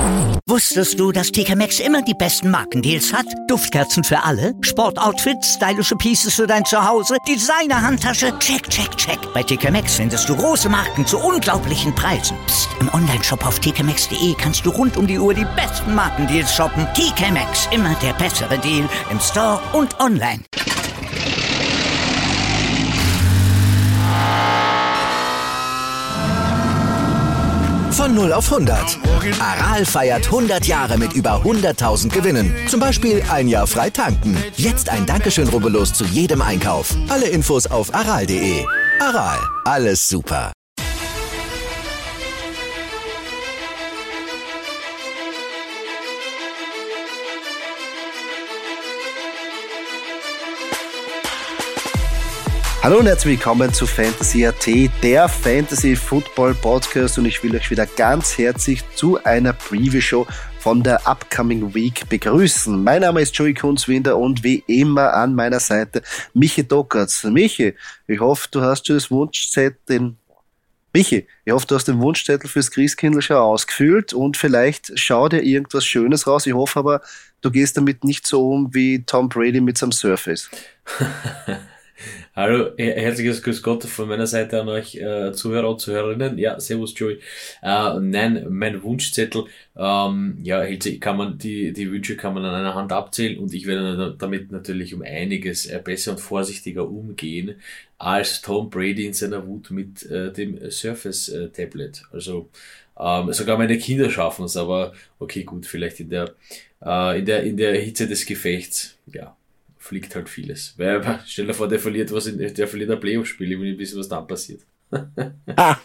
Wusstest du, dass TK Maxx immer die besten Markendeals hat? Duftkerzen für alle, Sportoutfits, stylische Pieces für dein Zuhause, Designer-Handtasche, check, check, check. Bei TK Maxx findest du große Marken zu unglaublichen Preisen. Psst. Im Onlineshop auf tkmaxx.de kannst du rund um die Uhr die besten Markendeals shoppen. TK Maxx, immer der bessere Deal im Store und online. Von 0 auf 100. Aral feiert 100 Jahre mit über 100.000 Gewinnen. Zum Beispiel ein Jahr frei tanken. Jetzt ein Dankeschön, rubbellos zu jedem Einkauf. Alle Infos auf aral.de. Aral, alles super. Hallo und herzlich willkommen zu Fantasy.at, der Fantasy Football Podcast, und ich will euch wieder ganz herzlich zu einer Preview-Show von der Upcoming Week begrüßen. Mein Name ist Joey Kunzwinder und wie immer an meiner Seite Michi Dockertz. Michi, ich hoffe, du hast schon das Wunschzettel, den Wunschzettel fürs Christkindl schon ausgefüllt und vielleicht schaut dir irgendwas Schönes raus. Ich hoffe aber, du gehst damit nicht so um wie Tom Brady mit seinem Surface. Hallo, herzliches Grüß Gott von meiner Seite an euch Zuhörer und Zuhörerinnen. Ja, servus Joey. Nein, mein Wunschzettel, die Wünsche kann man an einer Hand abzählen und ich werde damit natürlich um einiges besser und vorsichtiger umgehen als Tom Brady in seiner Wut mit dem Surface Tablet. Also sogar meine Kinder schaffen es, aber okay, gut, vielleicht in der Hitze des Gefechts, ja, fliegt halt vieles. Weil, stell dir vor, der verliert ein Playoff-Spiel, wenn ein bisschen was dann passiert. Da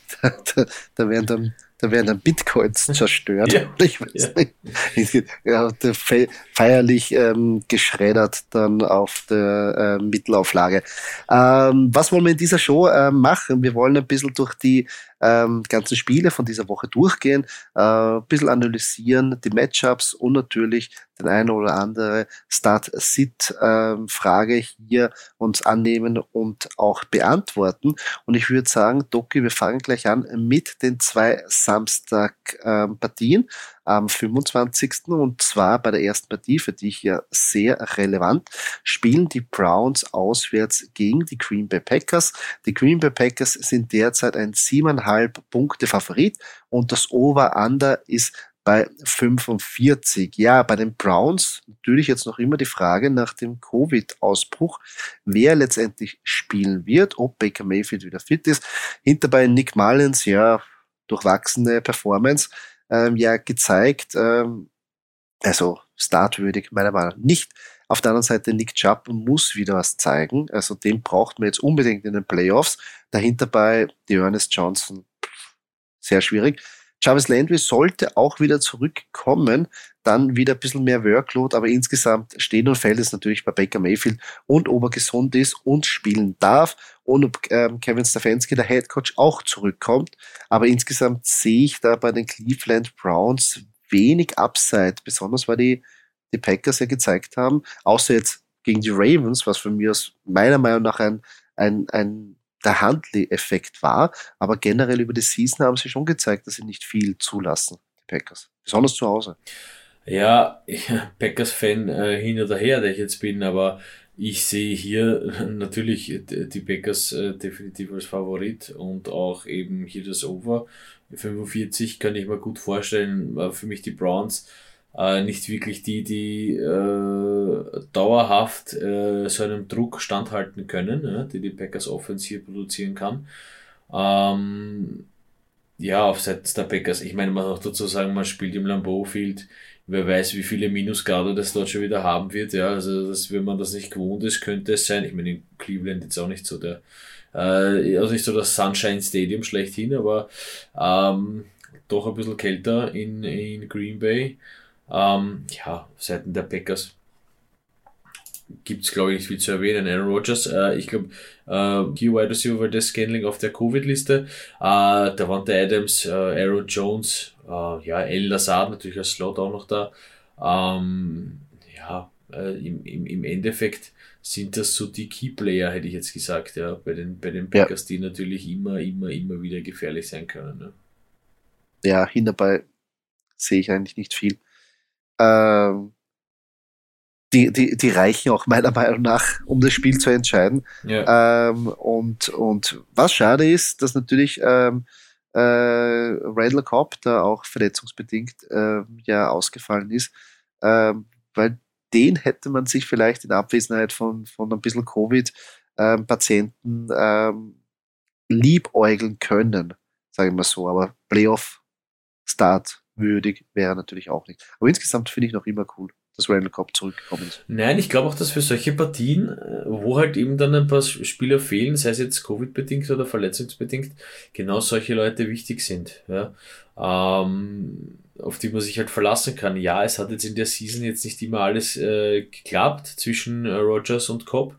werden dann Bitcoins zerstört. Ja, ich weiß nicht. Ja, feierlich geschreddert dann auf der Mittelauflage. Was wollen wir in dieser Show machen? Wir wollen ein bisschen durch die ganzen Spiele von dieser Woche durchgehen, ein bisschen analysieren, die Matchups und natürlich den eine oder andere Start-Sit-Frage hier uns annehmen und auch beantworten. Und ich würde sagen, Doki, wir fangen gleich an mit den 2 Samstag-Partien am 25. Und zwar bei der ersten Partie, für dich ja sehr relevant, spielen die Browns auswärts gegen die Green Bay Packers. Die Green Bay Packers sind derzeit ein 7,5 Punkte Favorit und das Over-Under ist bei 45. Ja, bei den Browns natürlich jetzt noch immer die Frage nach dem Covid-Ausbruch, wer letztendlich spielen wird, ob Baker Mayfield wieder fit ist. Hinterbei Nick Mullins, ja, durchwachsene Performance, gezeigt, also startwürdig meiner Meinung nach nicht. Auf der anderen Seite, Nick Chubb muss wieder was zeigen, also den braucht man jetzt unbedingt in den Playoffs. Dahinter bei Ernest Johnson, sehr schwierig. Jarvis Landry sollte auch wieder zurückkommen, dann wieder ein bisschen mehr Workload, aber insgesamt steht und fällt es natürlich bei Baker Mayfield und ob er gesund ist und spielen darf und ob Kevin Stefanski, der Headcoach, auch zurückkommt. Aber insgesamt sehe ich da bei den Cleveland Browns wenig Upside, besonders weil die Packers ja gezeigt haben, außer jetzt gegen die Ravens, was für mich aus meiner Meinung nach der Huntley-Effekt war, aber generell über die Season haben sie schon gezeigt, dass sie nicht viel zulassen, die Packers. Besonders zu Hause. Ja, Packers-Fan hin oder her, der ich jetzt bin, aber ich sehe hier natürlich die Packers definitiv als Favorit und auch eben hier das Over. 45 kann ich mir gut vorstellen, für mich die Browns nicht wirklich die dauerhaft so einem Druck standhalten können, die Packers Offense hier produzieren kann. Auf Seiten der Packers, ich meine, man muss auch dazu sagen, man spielt im Lambeau Field, wer weiß, wie viele Minusgrade das dort schon wieder haben wird, ja, also wenn man das nicht gewohnt ist, könnte es sein, ich meine, in Cleveland jetzt auch nicht so nicht so das Sunshine Stadium schlechthin, aber doch ein bisschen kälter in Green Bay. Seiten der Packers gibt's, glaube ich, nicht viel zu erwähnen. Aaron Rodgers, ich glaube, hier Wide Receiver war der Scanling auf der Covid-Liste. Davante Adams, Aaron Jones, El Lazard natürlich als Slot auch noch da. Im Endeffekt sind das so die Key-Player, hätte ich jetzt gesagt, ja, bei den Packers, die natürlich immer wieder gefährlich sein können. Ne? Ja, hinterbei sehe ich eigentlich nicht viel. Ähm, die reichen auch meiner Meinung nach, um das Spiel zu entscheiden. Ja. Und was schade ist, dass natürlich Randall Cobb da auch verletzungsbedingt ja ausgefallen ist, weil den hätte man sich vielleicht in Abwesenheit von ein bisschen Covid-Patienten liebäugeln können, sagen wir so, aber Playoff-Start würdig wäre natürlich auch nicht. Aber insgesamt finde ich noch immer cool, dass Randall Cobb zurückgekommen ist. Nein, ich glaube auch, dass für solche Partien, wo halt eben dann ein paar Spieler fehlen, sei es jetzt Covid-bedingt oder verletzungsbedingt, genau solche Leute wichtig sind, ja, auf die man sich halt verlassen kann. Ja, es hat jetzt in der Season jetzt nicht immer alles geklappt zwischen Rodgers und Cobb,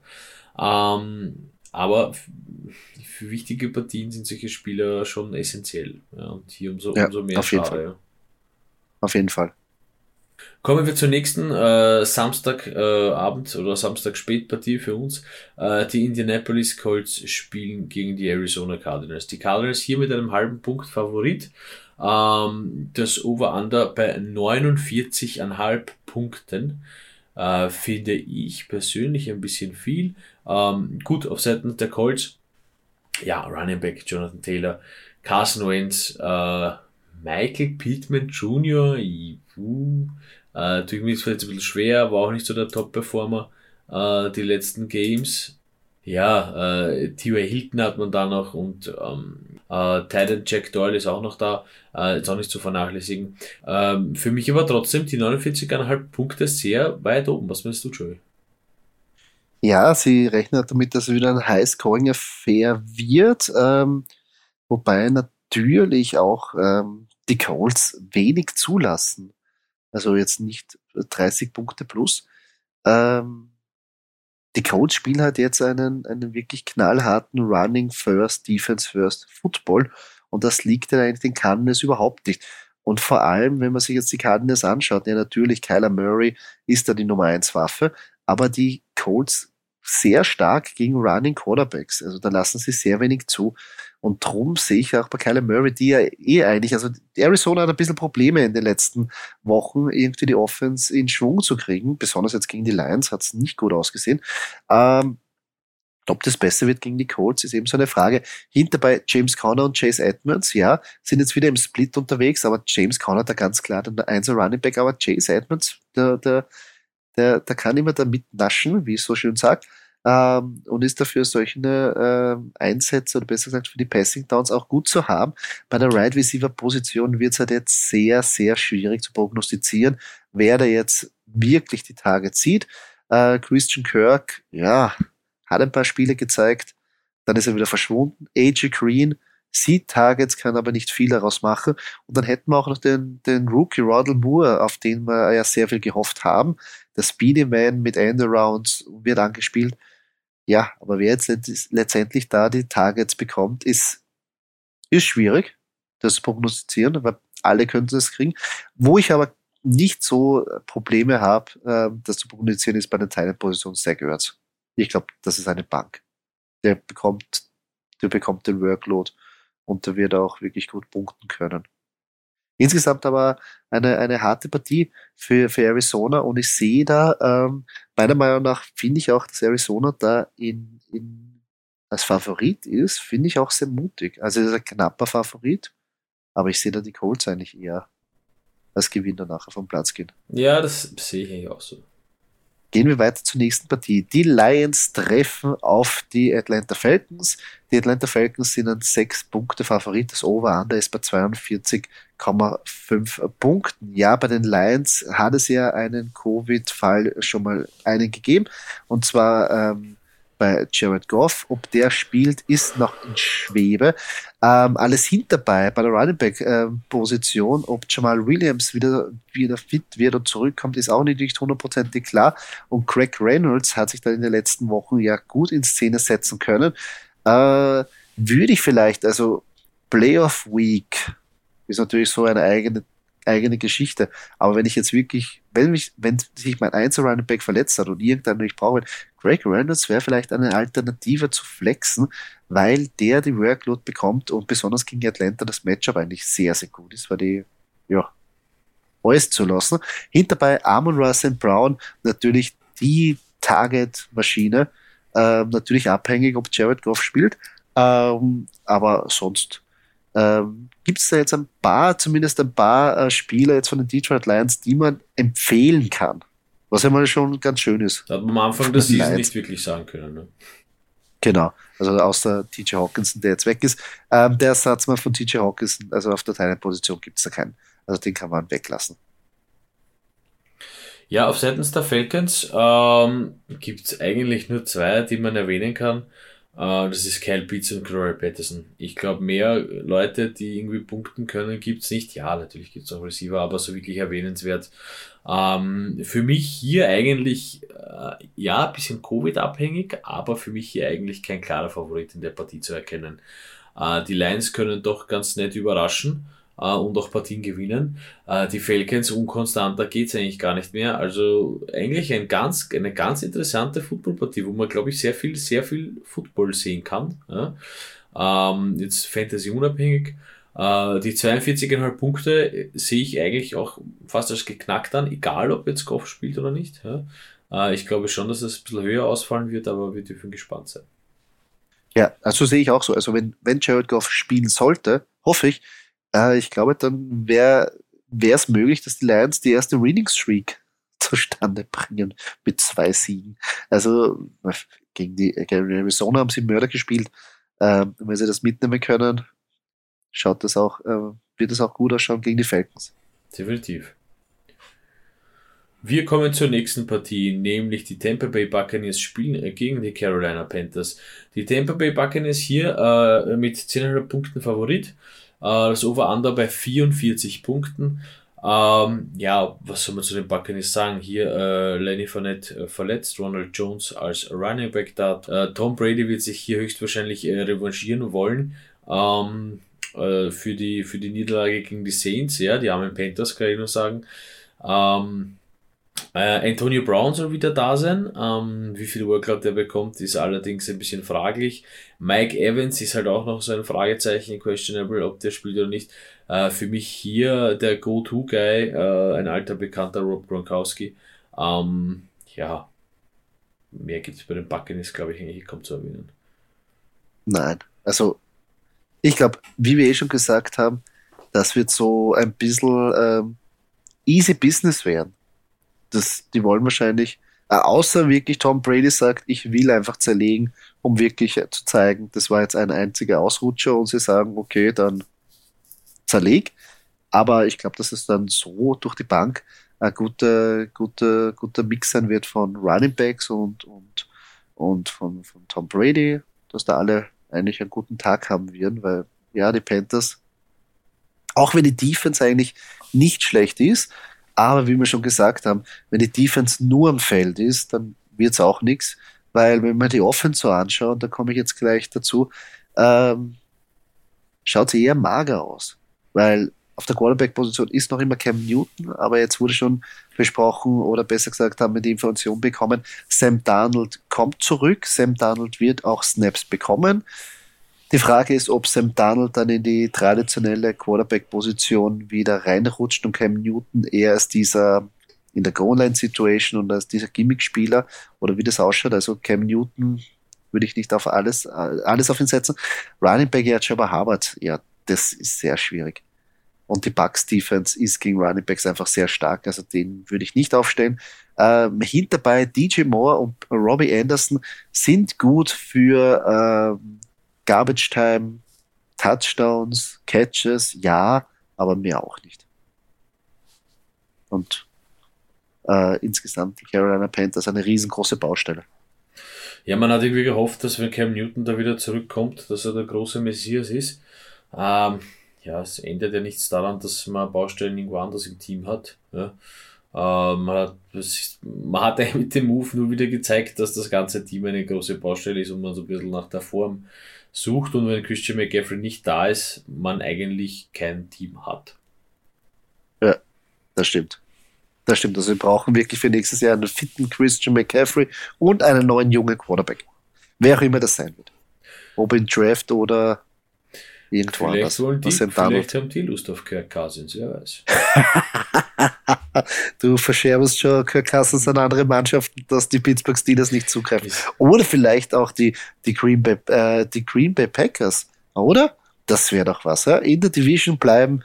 aber für wichtige Partien sind solche Spieler schon essentiell. Ja, und hier umso mehr auf jeden schade. Fall. Ja. Auf jeden Fall. Kommen wir zur nächsten Samstagabend oder Samstag-Spätpartie für uns. Die Indianapolis Colts spielen gegen die Arizona Cardinals. Die Cardinals hier mit einem halben Punkt Favorit. Das Over-Under bei 49,5 Punkten finde ich persönlich ein bisschen viel. Gut, auf Seiten der Colts, ja, Running Back Jonathan Taylor, Carson Wentz, Michael Pittman Jr., tue ich mir jetzt vielleicht ein bisschen schwer, war auch nicht so der Top-Performer die letzten Games. Ja, T.Y. Hilton hat man da noch und Titan Jack Doyle ist auch noch da, ist auch nicht zu vernachlässigen. Für mich aber trotzdem die 49,5 Punkte sehr weit oben. Was meinst du, Joey? Ja, sie rechnen damit, dass es wieder ein High-Scoring-Affair wird, wobei natürlich auch die Colts wenig zulassen. Also jetzt nicht 30 Punkte plus. Die Colts spielen halt jetzt einen wirklich knallharten Running First, Defense First Football und das liegt ja eigentlich den Cardinals überhaupt nicht. Und vor allem, wenn man sich jetzt die Cardinals anschaut, ja natürlich, Kyler Murray ist da die Nummer 1 Waffe, aber die Colts sehr stark gegen Running Quarterbacks. Also da lassen sie sehr wenig zu. Und drum sehe ich auch bei Kyler Murray, die ja eigentlich, also Arizona hat ein bisschen Probleme in den letzten Wochen, irgendwie die Offense in Schwung zu kriegen. Besonders jetzt gegen die Lions hat es nicht gut ausgesehen. Ob das besser wird gegen die Colts, ist eben so eine Frage. Hinterbei James Conner und Chase Edmonds, ja, sind jetzt wieder im Split unterwegs, aber James Conner da ganz klar der 1 Running Back, aber Chase Edmonds, der kann immer da mitnaschen, wie es so schön sagt, und ist dafür solche Einsätze oder besser gesagt für die Passing Downs auch gut zu haben. Bei der Right Receiver Position wird es halt jetzt sehr, sehr schwierig zu prognostizieren, wer da jetzt wirklich die Tage zieht. Christian Kirk, ja, hat ein paar Spiele gezeigt, dann ist er wieder verschwunden. AJ Green sieht Targets, kann aber nicht viel daraus machen. Und dann hätten wir auch noch den Rookie Rondale Moore, auf den wir ja sehr viel gehofft haben. Der Speedy Man mit Endarounds wird angespielt. Ja, aber wer jetzt letztendlich da die Targets bekommt, ist schwierig, das zu prognostizieren, weil alle könnten das kriegen. Wo ich aber nicht so Probleme habe, das zu prognostizieren, ist bei den Teilenpositionen Zach Ertz. Ich glaube, das ist eine Bank. Der bekommt den Workload und der wird auch wirklich gut punkten können. Insgesamt aber eine harte Partie für Arizona und ich sehe da, meiner Meinung nach finde ich auch, dass Arizona da als Favorit ist, finde ich auch sehr mutig. Also es ist ein knapper Favorit, aber ich sehe da die Colts eigentlich eher als Gewinner nachher vom Platz gehen. Ja, das sehe ich auch so. Gehen wir weiter zur nächsten Partie. Die Lions treffen auf die Atlanta Falcons. Die Atlanta Falcons sind ein 6-Punkte-Favorit. Das Over-Under ist bei 42,5 Punkten. Ja, bei den Lions hat es ja einen Covid-Fall schon mal einen gegeben. Und zwar bei Jared Goff. Ob der spielt, ist noch in Schwebe. Alles hinterbei bei der Running Back Position, ob Jamal Williams wieder fit wird und zurückkommt, ist auch nicht hundertprozentig klar. Und Craig Reynolds hat sich da in den letzten Wochen ja gut in Szene setzen können. Würde ich vielleicht, also Playoff Week ist natürlich so eine eigene Geschichte. Aber wenn ich jetzt wirklich, wenn sich mein Running Back verletzt hat und irgendeinen nicht brauche, Craig Reynolds wäre vielleicht eine Alternative zu flexen, weil der die Workload bekommt und besonders gegen Atlanta das Matchup eigentlich sehr, sehr gut ist, weil die, ja, alles zu lassen. Hinterbei Amon-Ra St. Brown, natürlich die Target-Maschine, natürlich abhängig, ob Jared Goff spielt, aber sonst gibt es da jetzt zumindest ein paar Spieler jetzt von den Detroit Lions, die man empfehlen kann, was ja mal schon ganz schön ist. Da hat man am Anfang der Season nicht wirklich sagen können. Ne? Genau, also außer TJ Hawkinson, der jetzt weg ist. Der Ersatzmann von TJ Hawkinson, also auf der Teilenposition gibt es da keinen. Also den kann man weglassen. Ja, auf seitens der Falcons gibt es eigentlich nur zwei, die man erwähnen kann. Das ist Kyle Pitts und Corey Patterson. Ich glaube, mehr Leute, die irgendwie punkten können, gibt's nicht. Ja, natürlich gibt's auch Receiver, aber so wirklich erwähnenswert. Für mich hier eigentlich, ja, ein bisschen Covid-abhängig, aber für mich hier eigentlich kein klarer Favorit in der Partie zu erkennen. Die Lions können doch ganz nett überraschen und auch Partien gewinnen. Die Falcons unkonstanter geht's eigentlich gar nicht mehr. Also eigentlich eine ganz interessante Footballpartie, wo man, glaube ich, sehr viel Football sehen kann. Ja? Jetzt Fantasy unabhängig. Die 42,5 Punkte sehe ich eigentlich auch fast als geknackt an, egal ob jetzt Goff spielt oder nicht. Ja? Ich glaube schon, dass es ein bisschen höher ausfallen wird, aber wir dürfen gespannt sein. Ja, also sehe ich auch so. Also wenn Jared Goff spielen sollte, hoffe ich, ich glaube, dann wäre es möglich, dass die Lions die erste Winning Streak zustande bringen mit 2 Siegen. Also gegen Arizona haben sie Mörder gespielt. Wenn sie das mitnehmen können, wird das auch gut ausschauen gegen die Falcons. Definitiv. Wir kommen zur nächsten Partie, nämlich die Tampa Bay Buccaneers spielen gegen die Carolina Panthers. Die Tampa Bay Buccaneers hier mit 10,5 Punkten Favorit. Das Over-Under bei 44 Punkten. Ja, was soll man zu den Buccaneers sagen? Hier Lenny Fournette verletzt, Ronald Jones als Running Back da. Tom Brady wird sich hier höchstwahrscheinlich revanchieren wollen für die Niederlage gegen die Saints. Ja, die armen Panthers, kann ich nur sagen. Antonio Brown soll wieder da sein. Wie viel Workload der bekommt, ist allerdings ein bisschen fraglich. Mike Evans ist halt auch noch so ein Fragezeichen, questionable, ob der spielt oder nicht. Für mich hier der Go-To-Guy, ein alter Bekannter, Rob Gronkowski. Ja, mehr gibt es bei den Buccaneers, glaube ich, eigentlich kaum zu erwähnen. Nein, also ich glaube, wie wir schon gesagt haben, das wird so ein bisschen easy Business werden. Die wollen wahrscheinlich, außer wirklich Tom Brady sagt, ich will einfach zerlegen, um wirklich zu zeigen, das war jetzt ein einziger Ausrutscher und sie sagen, okay, dann zerleg. Aber ich glaube, dass es dann so durch die Bank ein guter Mix sein wird von Running Backs und von Tom Brady, dass da alle eigentlich einen guten Tag haben werden, weil ja, die Panthers, auch wenn die Defense eigentlich nicht schlecht ist, aber wie wir schon gesagt haben, wenn die Defense nur am Feld ist, dann wird es auch nichts, weil wenn man die Offense so anschaut, da komme ich jetzt gleich dazu, schaut sie eher mager aus, weil auf der Quarterback-Position ist noch immer Cam Newton, aber jetzt wurde schon besprochen, oder besser gesagt haben wir die Information bekommen, Sam Darnold kommt zurück, Sam Darnold wird auch Snaps bekommen. Die Frage ist, ob Sam Darnold dann in die traditionelle Quarterback-Position wieder reinrutscht und Cam Newton eher als dieser in der Goal-Line-Situation und als dieser Gimmick-Spieler oder wie das ausschaut. Also Cam Newton würde ich nicht auf alles auf ihn setzen. Running Back, ja, Jabba Hubbard, ja, das ist sehr schwierig. Und die Bucks-Defense ist gegen Running Backs einfach sehr stark, also den würde ich nicht aufstellen. Hinterbei DJ Moore und Robbie Anderson sind gut für Garbage Time, Touchdowns, Catches, ja, aber mehr auch nicht. Und insgesamt die Carolina Panthers eine riesengroße Baustelle. Ja, man hat irgendwie gehofft, dass wenn Cam Newton da wieder zurückkommt, dass er der große Messias ist. Ja, es ändert ja nichts daran, dass man Baustellen irgendwo anders im Team hat. Ja. Man hat ja mit dem Move nur wieder gezeigt, dass das ganze Team eine große Baustelle ist und man so ein bisschen nach der Form sucht, und wenn Christian McCaffrey nicht da ist, man eigentlich kein Team hat. Ja, das stimmt. Das stimmt. Also wir brauchen wirklich für nächstes Jahr einen fitten Christian McCaffrey und einen neuen jungen Quarterback. Wer auch immer das sein wird. Ob in Draft oder irgendwo Vielleicht anders. vielleicht haben die Lust auf Kirk Cousins, wer weiß. Du verschärmst schon Kirk Cousins an andere Mannschaften, dass die Pittsburgh Steelers nicht zugreifen. Oder vielleicht auch die Green Bay Packers, oder? Das wäre doch was, ja? In der Division bleiben.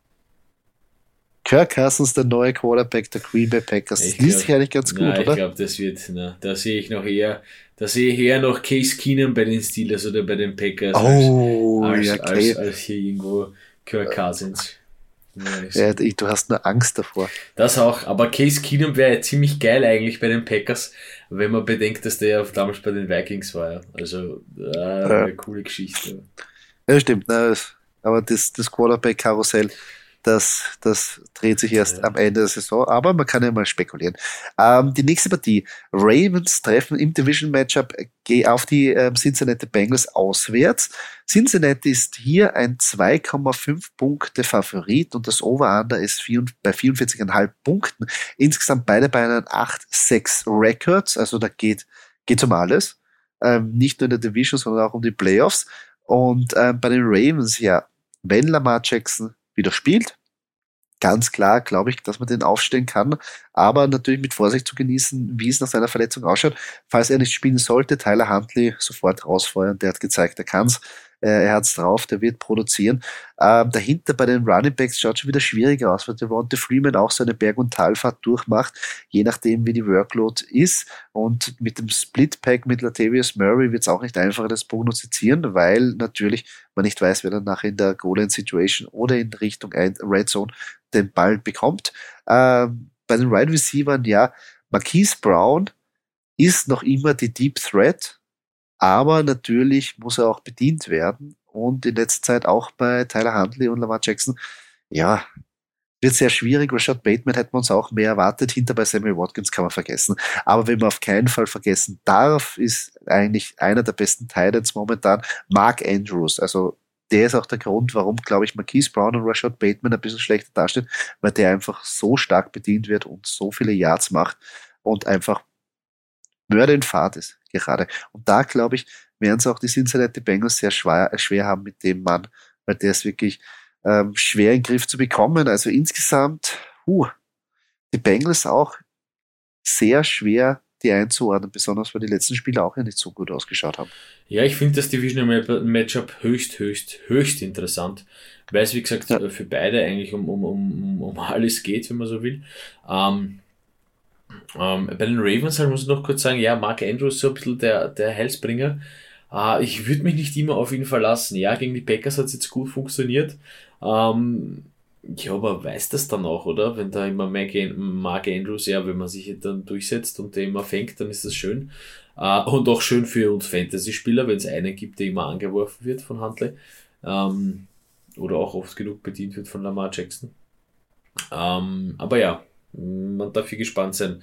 Kirk Cousins, der neue Quarterback der Green Bay Packers. Das liest sich eigentlich ganz gut, oder? Ich glaube, das wird, da sehe ich eher noch Case Keenum bei den Steelers oder bei den Packers als hier irgendwo Kirk Cousins. Ja, du hast nur Angst davor. Das auch, aber Case Keenum wäre ziemlich geil eigentlich bei den Packers, wenn man bedenkt, dass der ja damals bei den Vikings war. Ja. Also, eine coole Geschichte. Ja, stimmt. Aber das Quarterback-Karussell, das dreht sich erst am Ende der Saison, aber man kann ja mal spekulieren. Die nächste Partie, Ravens treffen im Division-Matchup auf die Cincinnati Bengals auswärts. Cincinnati ist hier ein 2,5 Punkte Favorit und das Over-Under ist bei 44,5 Punkten. Insgesamt beide bei einem 8-6 Records, also da geht um alles. Nicht nur in der Division, sondern auch um die Playoffs. Und bei den Ravens, ja, wenn Lamar Jackson wieder spielt, ganz klar glaube ich, dass man den aufstellen kann, aber natürlich mit Vorsicht zu genießen, wie es nach seiner Verletzung ausschaut. Falls er nicht spielen sollte, Tyler Huntley sofort rausfeuern, der hat gezeigt, er kann's. Er hat's drauf, der wird produzieren. Dahinter bei den Running Backs schaut schon wieder schwieriger aus, weil Devonta Freeman auch so eine Berg- und Talfahrt durchmacht, je nachdem wie die Workload ist. Und mit dem Split-Pack mit Latavius Murray wird es auch nicht einfacher, das prognostizieren, weil natürlich man nicht weiß, wer dann nachher in der Goal-Line-Situation oder in Richtung Red Zone den Ball bekommt. Bei den Wide Receivers, ja, Marquise Brown ist noch immer die Deep Threat, aber natürlich muss er auch bedient werden und in letzter Zeit auch bei Tyler Huntley und Lamar Jackson, ja, wird sehr schwierig. Rashad Bateman hätten wir uns auch mehr erwartet, hinter bei Sammy Watkins kann man vergessen. Aber wenn man auf keinen Fall vergessen darf, ist eigentlich einer der besten Titans momentan Mark Andrews. Also der ist auch der Grund, warum, glaube ich, Marquise Brown und Rashad Bateman ein bisschen schlechter dastehen, weil der einfach so stark bedient wird und so viele Yards macht und einfach Mörder in Fahrt ist gerade. Und da, glaube ich, werden es auch die Cincinnati Bengals sehr schwer haben mit dem Mann, weil der ist wirklich schwer in den Griff zu bekommen. Also insgesamt, die Bengals auch sehr schwer, die einzuordnen, besonders weil die letzten Spiele auch ja nicht so gut ausgeschaut haben. Ja, ich finde das Divisional Matchup höchst interessant, weil es, wie gesagt, für beide eigentlich um alles geht, wenn man so will. Bei den Ravens halt muss ich noch kurz sagen, ja, Mark Andrews so ein bisschen der Heilsbringer. Ich würde mich nicht immer auf ihn verlassen. Ja, gegen die Packers hat es jetzt gut funktioniert. Ja, aber weiß das dann auch, oder? Wenn da immer Mark Andrews, ja, wenn man sich dann durchsetzt und der immer fängt, dann ist das schön. Und auch schön für uns Fantasy-Spieler, wenn es einen gibt, der immer angeworfen wird von Huntley. Oder auch oft genug bedient wird von Lamar Jackson. Aber ja, man darf hier gespannt sein.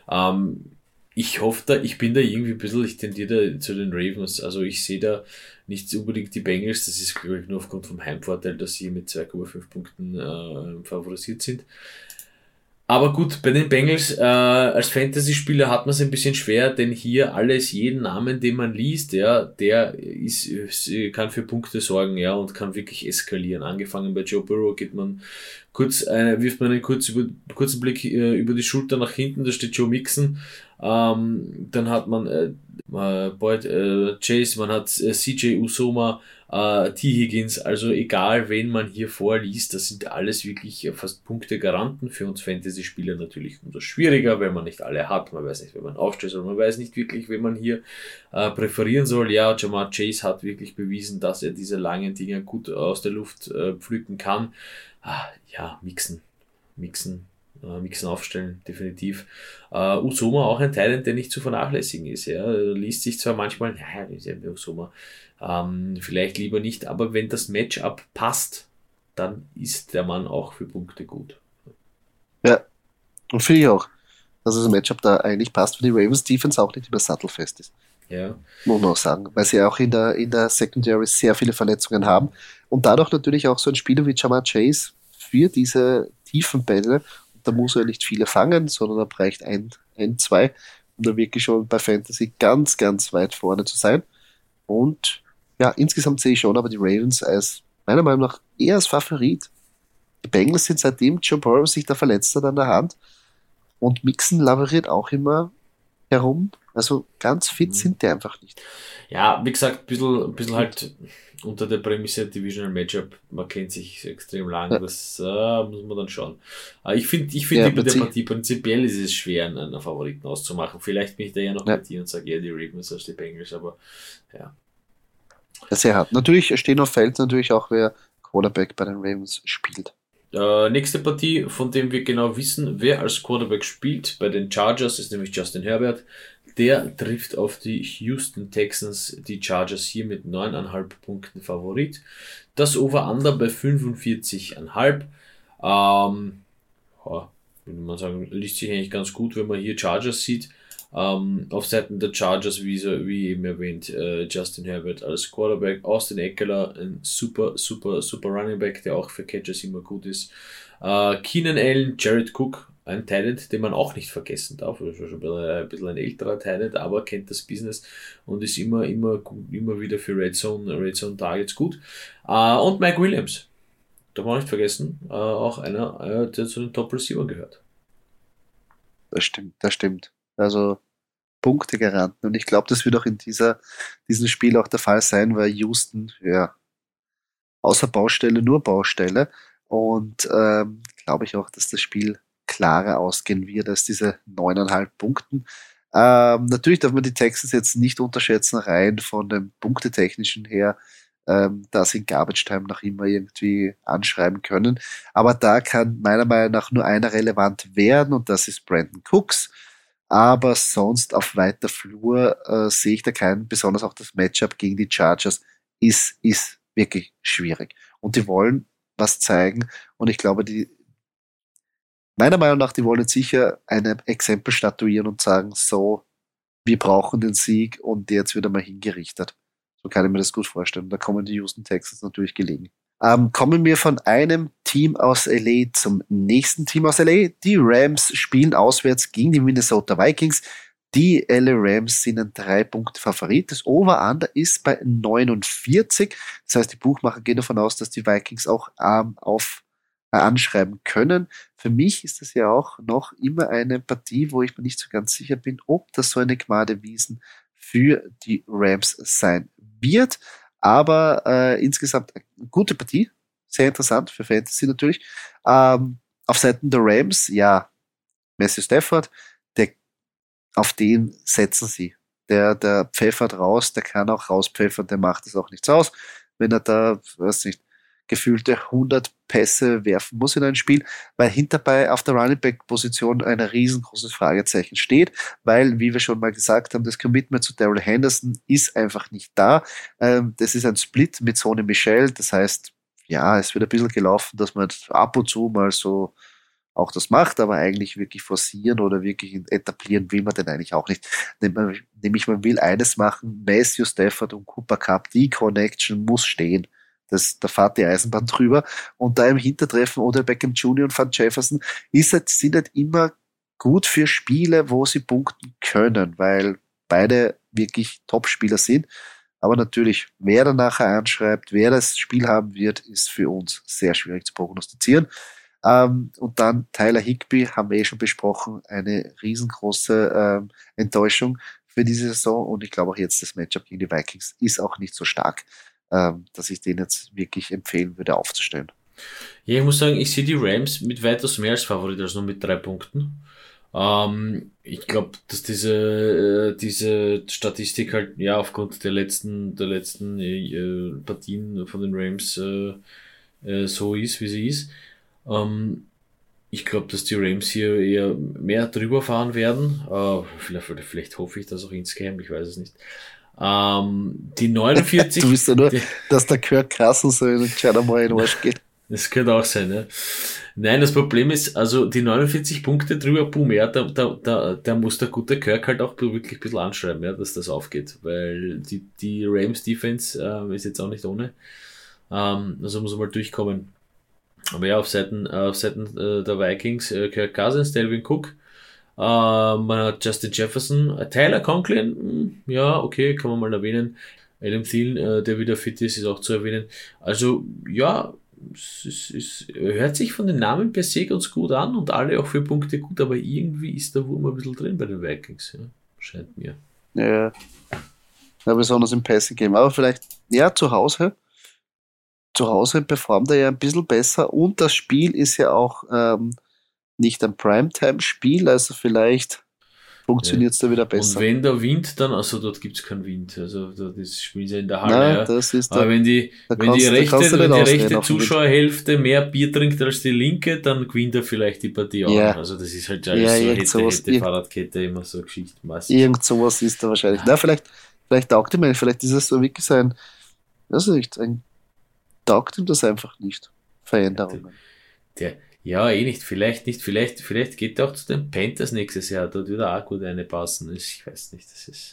Ich hoffe ich bin da irgendwie ein bisschen, ich tendiere da zu den Ravens, also ich sehe da nicht unbedingt die Bengals, das ist glaube ich nur aufgrund vom Heimvorteil, dass sie mit 2,5 Punkten favorisiert sind. Aber gut, bei den Bengals als Fantasy-Spieler hat man es ein bisschen schwer, denn hier jeden Namen, den man liest, ja, der kann für Punkte sorgen, ja, und kann wirklich eskalieren. Angefangen bei Joe Burrow wirft man einen kurzen Blick über die Schulter nach hinten, da steht Joe Mixon. Dann hat man Chase, man hat CJ Uzomah, T. Higgins, also egal wen man hier vorliest, das sind alles wirklich fast Punkte-Garanten für uns Fantasy-Spieler, natürlich umso schwieriger, weil man nicht alle hat, man weiß nicht, wen man aufstellt, sondern man weiß nicht wirklich, wen man hier präferieren soll. Ja, Jamar Chase hat wirklich bewiesen, dass er diese langen Dinger gut aus der Luft pflücken kann. Ja, Mixen aufstellen, definitiv. Uzomah auch ein Teil, der nicht zu vernachlässigen ist. Ja. Liest sich zwar manchmal, ist ja Uzomah, vielleicht lieber nicht, aber wenn das Matchup passt, dann ist der Mann auch für Punkte gut. Ja, und finde ich auch, dass das Matchup da eigentlich passt, weil die Ravens Defense auch nicht immer sattelfest ist. Ja. Muss man auch sagen, weil sie auch in der Secondary sehr viele Verletzungen haben und dadurch natürlich auch so ein Spieler wie Jamar Chase für diese tiefen Bälle, da muss er nicht viele fangen, sondern da reicht ein, zwei, um da wirklich schon bei Fantasy ganz, ganz weit vorne zu sein. Und ja, insgesamt sehe ich schon aber die Ravens als meiner Meinung nach eher als Favorit. Die Bengals sind seitdem Joe Burrow sich da verletzt hat an der Hand und Mixon laboriert auch immer herum. Also ganz fit sind die einfach nicht. Ja, wie gesagt, ein bisschen halt unter der Prämisse Divisional Matchup. Man kennt sich extrem lang, das muss man dann schauen. Ich finde mit der Partie prinzipiell ist es schwer, einen Favoriten auszumachen. Vielleicht bin ich da ja noch bei dir und sage eher die Ravens als die Bengals, aber ja. Sehr hart. Natürlich stehen auf Feld natürlich auch, wer Quarterback bei den Ravens spielt. Nächste Partie, von dem wir genau wissen, wer als Quarterback spielt bei den Chargers, ist nämlich Justin Herbert. Der trifft auf die Houston Texans, die Chargers hier mit 9,5 Punkten Favorit. Das Over-Under bei 45,5. Würde man sagen, liest sich eigentlich ganz gut, wenn man hier Chargers sieht. Auf Seiten der Chargers, wie eben erwähnt, Justin Herbert als Quarterback, Austin Eckler, ein super Running Back, der auch für Catches immer gut ist. Keenan Allen, Jared Cook, ein Talent, den man auch nicht vergessen darf, das ist schon ein bisschen ein älterer Talent, aber kennt das Business und ist immer wieder für Red Zone Targets gut. Und Mike Williams, darf man nicht vergessen, auch einer, der zu den Top Receivern gehört. Das stimmt. Also Punktegaranten. Und ich glaube, das wird auch in diesem Spiel auch der Fall sein, weil Houston, ja, außer Baustelle nur Baustelle. Und glaube ich auch, dass das Spiel klarer ausgehen wird als diese 9,5 Punkten. Natürlich darf man die Texans jetzt nicht unterschätzen, rein von dem Punktetechnischen her, da sie in Garbage Time noch immer irgendwie anschreiben können. Aber da kann meiner Meinung nach nur einer relevant werden und das ist Brandon Cooks. Aber sonst auf weiter Flur sehe ich da keinen, besonders auch das Matchup gegen die Chargers ist wirklich schwierig. Und die wollen was zeigen und ich glaube, meiner Meinung nach, die wollen jetzt sicher ein Exempel statuieren und sagen, so, wir brauchen den Sieg und der jetzt wieder mal hingerichtet. So kann ich mir das gut vorstellen. Da kommen die Houston Texans natürlich gelegen. Kommen wir von einem Team aus LA zum nächsten Team aus LA. Die Rams spielen auswärts gegen die Minnesota Vikings. Die LA Rams sind ein 3-Punkte-Favorit. Das Over-Under ist bei 49. Das heißt, die Buchmacher gehen davon aus, dass die Vikings auch anschreiben können. Für mich ist das ja auch noch immer eine Partie, wo ich mir nicht so ganz sicher bin, ob das so eine Gnade Wiesen für die Rams sein wird. Aber insgesamt eine gute Partie. Sehr interessant für Fantasy natürlich. Auf Seiten der Rams, ja, Matthew Stafford, auf den setzen sie. Der pfeffert raus, der kann auch rauspfeffern, der macht es auch nichts aus. Wenn er da, weiß nicht, gefühlte 100 Pässe werfen muss in ein Spiel, weil hinterbei auf der Running Back Position ein riesengroßes Fragezeichen steht, weil, wie wir schon mal gesagt haben, das Commitment zu Darrell Henderson ist einfach nicht da. Das ist ein Split mit Sony Michel, das heißt, ja, es wird ein bisschen gelaufen, dass man ab und zu mal so auch das macht, aber eigentlich wirklich forcieren oder wirklich etablieren will man den eigentlich auch nicht. Nämlich man will eines machen, Matthew Stafford und Cooper Kupp, die Connection muss stehen. Da fährt die Eisenbahn drüber und da im Hintertreffen oder Beckham Jr. und Van Jefferson sind halt immer gut für Spiele, wo sie punkten können, weil beide wirklich Top-Spieler sind. Aber natürlich, wer dann nachher anschreibt, wer das Spiel haben wird, ist für uns sehr schwierig zu prognostizieren. Und dann Tyler Higbee, haben wir schon besprochen, eine riesengroße Enttäuschung für diese Saison und ich glaube auch jetzt das Matchup gegen die Vikings ist auch nicht so stark, dass ich den jetzt wirklich empfehlen würde aufzustellen. Ja, ich muss sagen, ich sehe die Rams mit weitaus mehr als Favorit als nur mit 3 Punkten. Ich glaube, dass diese Statistik halt ja aufgrund der letzten Partien von den Rams so ist, wie sie ist. Ich glaube, dass die Rams hier eher mehr drüber fahren werden. Vielleicht hoffe ich das auch insgeheim, ich weiß es nicht. Die 49. Du willst ja nur, dass der Kirk Cousins so in den China mal in den Arsch geht. Das könnte auch sein, ne? Nein, das Problem ist, also die 49 Punkte drüber, boom, ja, da muss der gute Kirk halt auch wirklich ein bisschen anschreiben, ja, dass das aufgeht, weil die Rams Defense ist jetzt auch nicht ohne. Also muss er mal durchkommen. Aber ja, auf Seiten der Vikings, Kirk Cousins, Dalvin Cook, man hat Justin Jefferson, Tyler Conklin, ja, okay, kann man mal erwähnen. Adam Thielen, der wieder fit ist auch zu erwähnen. Also, ja, es hört sich von den Namen per se ganz gut an und alle auch für Punkte gut, aber irgendwie ist der Wurm ein bisschen drin bei den Vikings, ja, scheint mir. Ja, besonders im Passing Game, aber vielleicht, ja, zu Hause performt er ja ein bisschen besser und das Spiel ist ja auch nicht ein Primetime-Spiel, also vielleicht funktioniert es da wieder besser. Und wenn der Wind dann, also dort gibt es keinen Wind, also das spielen sie in der Halle. Nein, ja. das ist aber wenn die rechte Zuschauerhälfte mehr Bier trinkt als die linke, dann gewinnt er vielleicht die Partie auch. Ja. Also das ist halt alles so hätte Fahrradkette, immer so geschichtenmäßig. Irgend sowas ist da wahrscheinlich. Na, vielleicht taugt ihm, vielleicht ist es so wirklich taugt ihm das einfach nicht. Veränderungen. Ja, nicht. Vielleicht geht er auch zu den Panthers nächstes Jahr. Dort wird er auch gut reinpassen. Ich weiß nicht, das ist.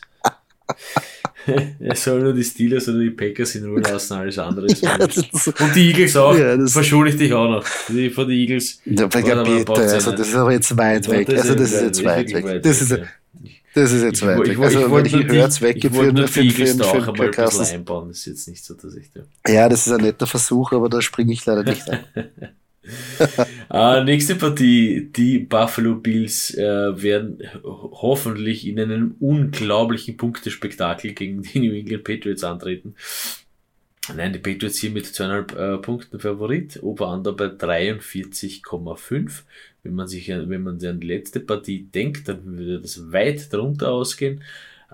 Er soll nur die Steelers oder die Packers in Ruhe lassen, alles andere ist und die Eagles auch. Ja, verschone ich dich auch noch. Von den Eagles. Ja, also das ist aber jetzt weit weg. Also das ist jetzt weit weg. Das ist jetzt weit weg. Also wenn ich höre es weggeführt für ein bisschen einbauen, das ist jetzt nicht so, dass ich da. Ja, das ist ein netter Versuch, aber da springe ich leider nicht ein. Nächste Partie, die Buffalo Bills werden hoffentlich in einem unglaublichen Punktespektakel gegen die New England Patriots antreten. Nein, die Patriots hier mit 2,5 Punkten Favorit, Over-Under bei 43,5. Wenn man an die letzte Partie denkt, dann würde das weit darunter ausgehen.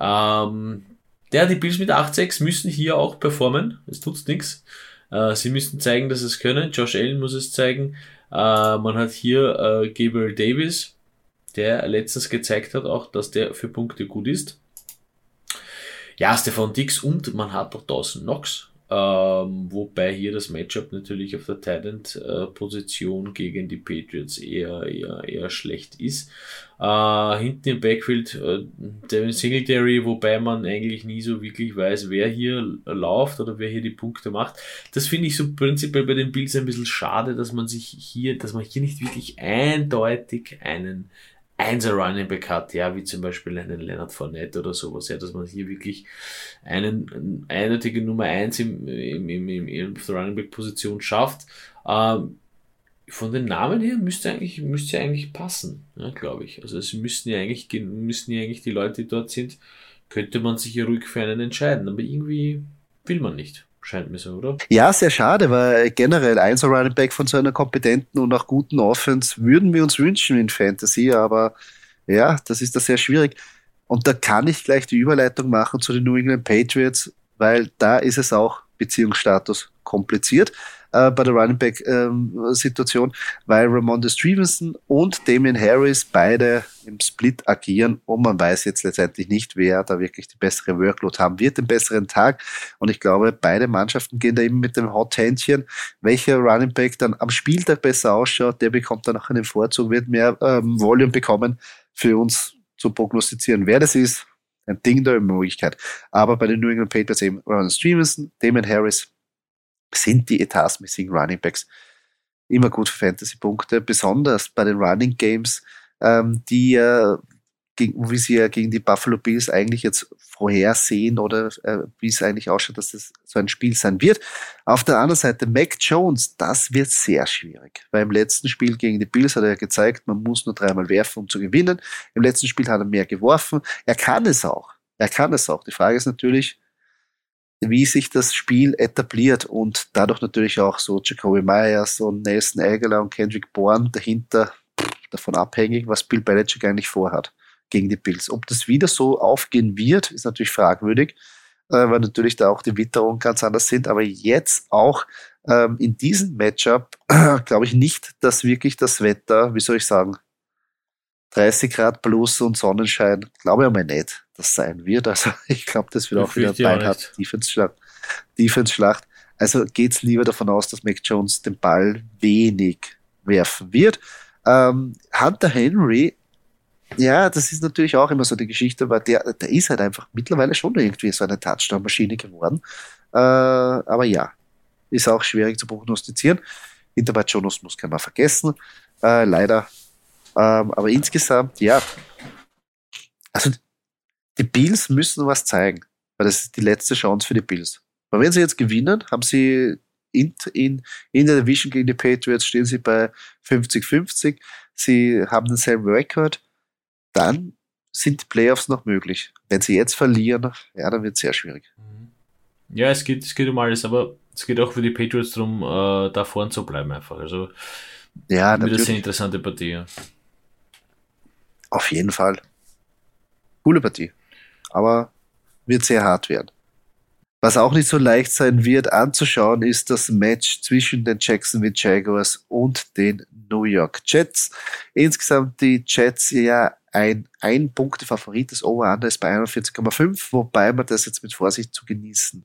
Die Bills mit 8-6 müssen hier auch performen, es tut nichts. Sie müssen zeigen, dass sie es können. Josh Allen muss es zeigen. Man hat hier Gabriel Davis, der letztens gezeigt hat auch, dass der für Punkte gut ist. Ja, Stephon Diggs und man hat auch Dawson Knox. Wobei hier das Matchup natürlich auf der Tight End Position gegen die Patriots eher schlecht ist. Hinten im Backfield Devin Singletary, wobei man eigentlich nie so wirklich weiß, wer hier läuft oder wer hier die Punkte macht. Das finde ich so prinzipiell bei den Bills ein bisschen schade, dass man hier nicht wirklich eindeutig einen Einser Running Back hat, ja, wie zum Beispiel einen Leonard Fournette oder sowas, ja, dass man hier wirklich einen eindeutigen Nummer 1 in der Running Back Position schafft. Von den Namen her müsste eigentlich passen, ja, glaube ich. Also es müssten ja eigentlich die Leute, die dort sind, könnte man sich ja ruhig für einen entscheiden, aber irgendwie will man nicht. Scheint mir so, oder? Ja, sehr schade, weil generell ein Running Back von so einer kompetenten und auch guten Offense würden wir uns wünschen in Fantasy, aber ja, das ist da sehr schwierig. Und da kann ich gleich die Überleitung machen zu den New England Patriots, weil da ist es auch Beziehungsstatus kompliziert bei der Running Back Situation, weil Ramondre Stevenson und Damien Harris beide im Split agieren und man weiß jetzt letztendlich nicht, wer da wirklich die bessere Workload haben wird, den besseren Tag. Und ich glaube, beide Mannschaften gehen da eben mit dem Hot-Händchen, welcher Running Back dann am Spieltag besser ausschaut, der bekommt dann auch einen Vorzug, wird mehr Volume bekommen, für uns zu prognostizieren, wer das ist. Ein Ding der Möglichkeit. Aber bei den New England Patriots eben Ramondre Stevenson, Damien Harris sind die etatmäßigen Running Backs immer gut für Fantasy-Punkte, besonders bei den Running Games, wie sie ja gegen die Buffalo Bills eigentlich jetzt vorhersehen oder wie es eigentlich ausschaut, dass das so ein Spiel sein wird. Auf der anderen Seite Mac Jones, das wird sehr schwierig, weil im letzten Spiel gegen die Bills hat er ja gezeigt, man muss nur 3-mal werfen, um zu gewinnen. Im letzten Spiel hat er mehr geworfen. Er kann es auch. Die Frage ist natürlich, wie sich das Spiel etabliert und dadurch natürlich auch so Jacoby Myers und Nelson Aguilar und Kendrick Bourne dahinter davon abhängig, was Bill Belichick eigentlich vorhat gegen die Bills. Ob das wieder so aufgehen wird, ist natürlich fragwürdig, weil natürlich da auch die Witterungen ganz anders sind, aber jetzt auch in diesem Matchup glaube ich nicht, dass wirklich das Wetter, wie soll ich sagen, 30 Grad plus und Sonnenschein, glaube ich aber nicht, das sein wird. Also ich glaube, das wird auch wieder beinhart Defense-Schlacht. Also geht's lieber davon aus, dass Mac Jones den Ball wenig werfen wird. Hunter Henry, ja, das ist natürlich auch immer so die Geschichte, weil der ist halt einfach mittlerweile schon irgendwie so eine Touchdown-Maschine geworden. Aber ja, ist auch schwierig zu prognostizieren. Hinterbei Jonas muss keiner vergessen, leider. Aber insgesamt, ja, also die Bills müssen was zeigen. weil das ist die letzte Chance für die Bills. Aber wenn sie jetzt gewinnen, haben sie in der Division gegen die Patriots stehen sie bei 50-50. Sie haben denselben Rekord. Dann sind die Playoffs noch möglich. Wenn sie jetzt verlieren, ja, dann wird es sehr schwierig. Ja, es geht um alles, aber es geht auch für die Patriots darum, da vorn zu bleiben einfach. Also ja, wieder eine sehr interessante Partie. Ja. Auf jeden Fall. Coole Partie. Aber wird sehr hart werden. Was auch nicht so leicht sein wird anzuschauen, ist das Match zwischen den Jacksonville Jaguars und den New York Jets. Insgesamt die Jets ja ein Punkte-Favorit. Das Over-Under ist bei 41,5, wobei man das jetzt mit Vorsicht genießen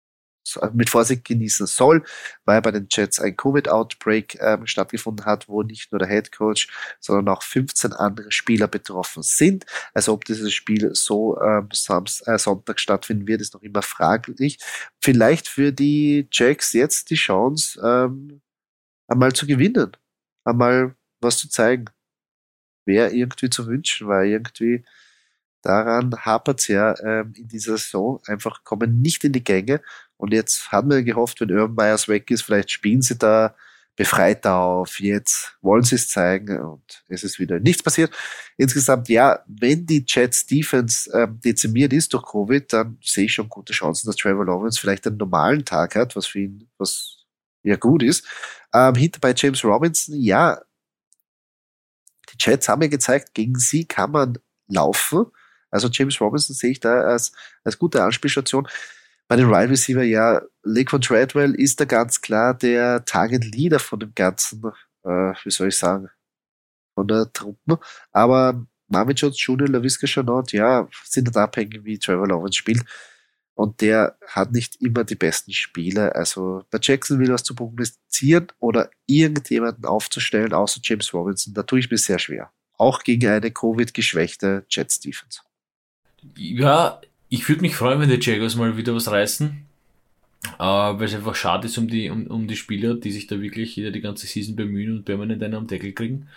soll, weil bei den Jets ein Covid-Outbreak stattgefunden hat, wo nicht nur der Head Coach, sondern auch 15 andere Spieler betroffen sind. Also ob dieses Spiel so Sonntag stattfinden wird, ist noch immer fraglich. Vielleicht für die Jacks jetzt die Chance, einmal zu gewinnen, einmal was zu zeigen. Wäre irgendwie zu wünschen, weil irgendwie daran hapert es ja in dieser Saison. Einfach kommen nicht in die Gänge. Und jetzt haben wir gehofft, wenn Urban Meyers weg ist, vielleicht spielen sie da befreiter auf. Jetzt wollen sie es zeigen und es ist wieder nichts passiert. Insgesamt, ja, wenn die Jets Defense dezimiert ist durch Covid, dann sehe ich schon gute Chancen, dass Trevor Lawrence vielleicht einen normalen Tag hat, was für ihn, was ja gut ist. Hinter bei James Robinson, ja, die Jets haben ja gezeigt, gegen sie kann man laufen. Also James Robinson sehe ich da als gute Anspielstation. Bei den Wide Receiver, ja, Laquan Treadwell ist da ganz klar der Target Leader von dem ganzen, wie soll ich sagen, von der Truppe. Aber Marvin Jones Jr., LaVisca Chenault, ja, sind nicht abhängig, wie Trevor Lawrence spielt. Und der hat nicht immer die besten Spiele. Also bei Jacksonville was zu prognostizieren oder irgendjemanden aufzustellen, außer James Robinson, da tue ich mir sehr schwer. Auch gegen eine Covid-geschwächte Jets Defense. Ja, ich würde mich freuen, wenn die Jaguars mal wieder was reißen, weil es einfach schade ist um die Spieler, die sich da wirklich die ganze Season bemühen und permanent einen am Deckel kriegen.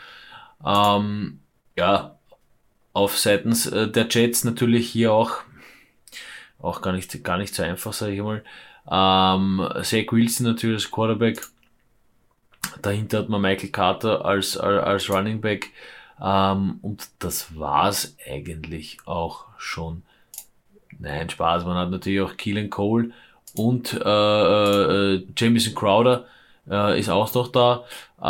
Ja, auf seitens der Jets natürlich hier auch gar nicht so einfach, sage ich mal. Zach Wilson natürlich als Quarterback. Dahinter hat man Michael Carter als Running Back. Und das war's eigentlich auch schon. Nein, Spaß. Man hat natürlich auch Keelan Cole und Jamison Crowder ist auch noch da.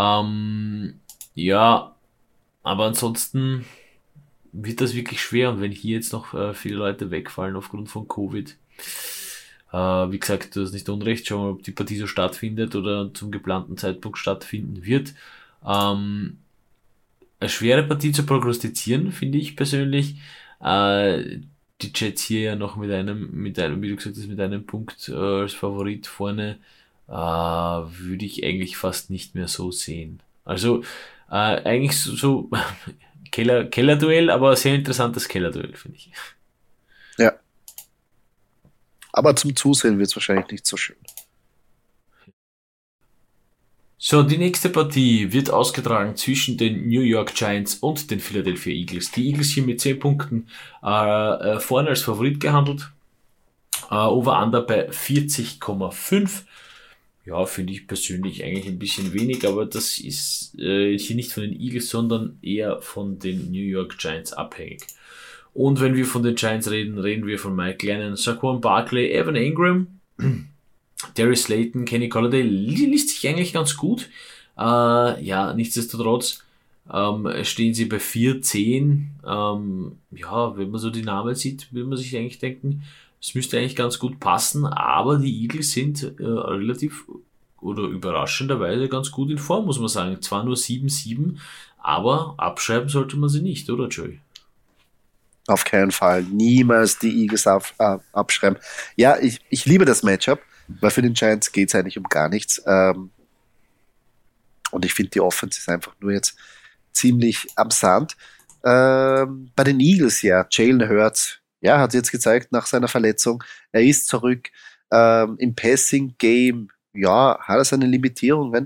Ja, aber ansonsten wird das wirklich schwer. Und wenn hier jetzt noch viele Leute wegfallen aufgrund von Covid, wie gesagt, du hast nicht unrecht, schauen wir mal, ob die Partie so stattfindet oder zum geplanten Zeitpunkt stattfinden wird. Eine schwere Partie zu prognostizieren, finde ich persönlich. Die Jets hier ja noch mit einem, wie du gesagt hast, mit einem Punkt als Favorit vorne, würde ich eigentlich fast nicht mehr so sehen. Also eigentlich so Keller-Duell, aber sehr interessantes Keller-Duell, finde ich. Ja. Aber zum Zusehen wird es wahrscheinlich nicht so schön. So, die nächste Partie wird ausgetragen zwischen den New York Giants und den Philadelphia Eagles. Die Eagles hier mit 10 Punkten vorne als Favorit gehandelt. Over-Under bei 40,5. Ja, finde ich persönlich eigentlich ein bisschen wenig, aber das ist hier nicht von den Eagles, sondern eher von den New York Giants abhängig. Und wenn wir von den Giants reden wir von Mike Glennon, Saquon Barkley, Evan Ingram, Darius Slayton, Kenny Golladay, liest sich eigentlich ganz gut. Ja, nichtsdestotrotz stehen sie bei 4-10. Ja, wenn man so die Namen sieht, will man sich eigentlich denken, es müsste eigentlich ganz gut passen, aber die Eagles sind relativ oder überraschenderweise ganz gut in Form, muss man sagen. Zwar nur 7-7, aber abschreiben sollte man sie nicht, oder Joey? Auf keinen Fall. Niemals die Eagles abschreiben. Ja, ich liebe das Matchup, weil für den Giants geht es eigentlich um gar nichts. Und ich finde, die Offense ist einfach nur jetzt ziemlich am Sand. Bei den Eagles, ja, Jalen Hurts, ja, hat jetzt gezeigt nach seiner Verletzung, er ist zurück. Im Passing-Game, ja, hat er seine Limitierungen,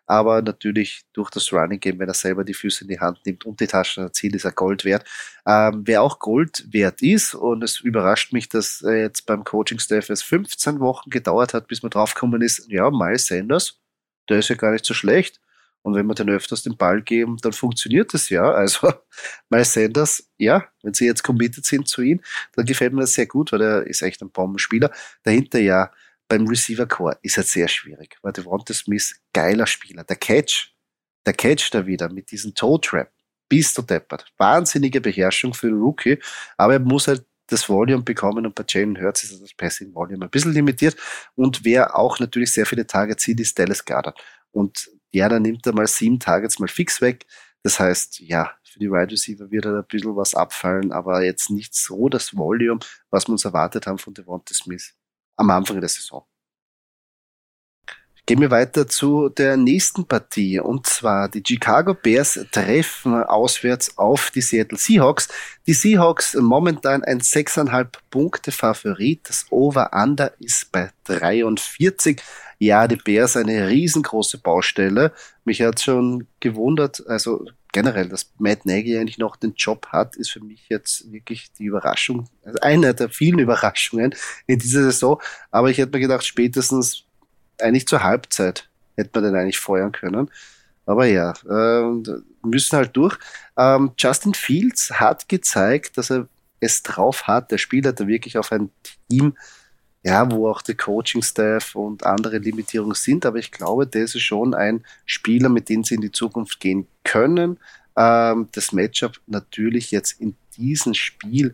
aber natürlich durch das Running Game, wenn er selber die Füße in die Hand nimmt und die Taschen erzielt, ist er Gold wert. Wer auch Gold wert ist, und es überrascht mich, dass jetzt beim Coaching-Staff es 15 Wochen gedauert hat, bis man draufgekommen ist, ja, Miles Sanders, der ist ja gar nicht so schlecht. Und wenn wir den öfters den Ball geben, dann funktioniert das ja. Also Miles Sanders, ja, wenn sie jetzt committed sind zu ihm, dann gefällt mir das sehr gut, weil er ist echt ein Bombenspieler. Dahinter ja, beim Receiver-Core ist es sehr schwierig, weil Devonta Smith, geiler Spieler. Der Catch da wieder mit diesem Toe-Trap, bist du deppert. Wahnsinnige Beherrschung für einen Rookie, aber er muss halt das Volume bekommen, und bei Jalen Hurts ist das Passing Volume ein bisschen limitiert, und wer auch natürlich sehr viele Targets sieht, ist Dallas Goedert. Und ja, dann nimmt er mal 7 Targets mal fix weg. Das heißt, ja, für die Wide Receiver wird ein bisschen was abfallen, aber jetzt nicht so das Volume, was wir uns erwartet haben von Devonta Smith am Anfang der Saison. Gehen wir weiter zu der nächsten Partie, und zwar die Chicago Bears treffen auswärts auf die Seattle Seahawks. Die Seahawks momentan ein 6,5 Punkte Favorit. Das Over-Under ist bei 43. Ja, die Bears eine riesengroße Baustelle. Mich hat schon gewundert, also generell, dass Matt Nagy eigentlich noch den Job hat, ist für mich jetzt wirklich die Überraschung, also eine der vielen Überraschungen in dieser Saison. Aber ich hätte mir gedacht, spätestens eigentlich zur Halbzeit hätte man den eigentlich feuern können. Aber ja, müssen halt durch. Justin Fields hat gezeigt, dass er es drauf hat. Der Spieler hat da wirklich auf ein Team, ja, wo auch der Coaching-Staff und andere Limitierungen sind. Aber ich glaube, der ist schon ein Spieler, mit dem sie in die Zukunft gehen können. Das Matchup natürlich jetzt in diesem Spiel,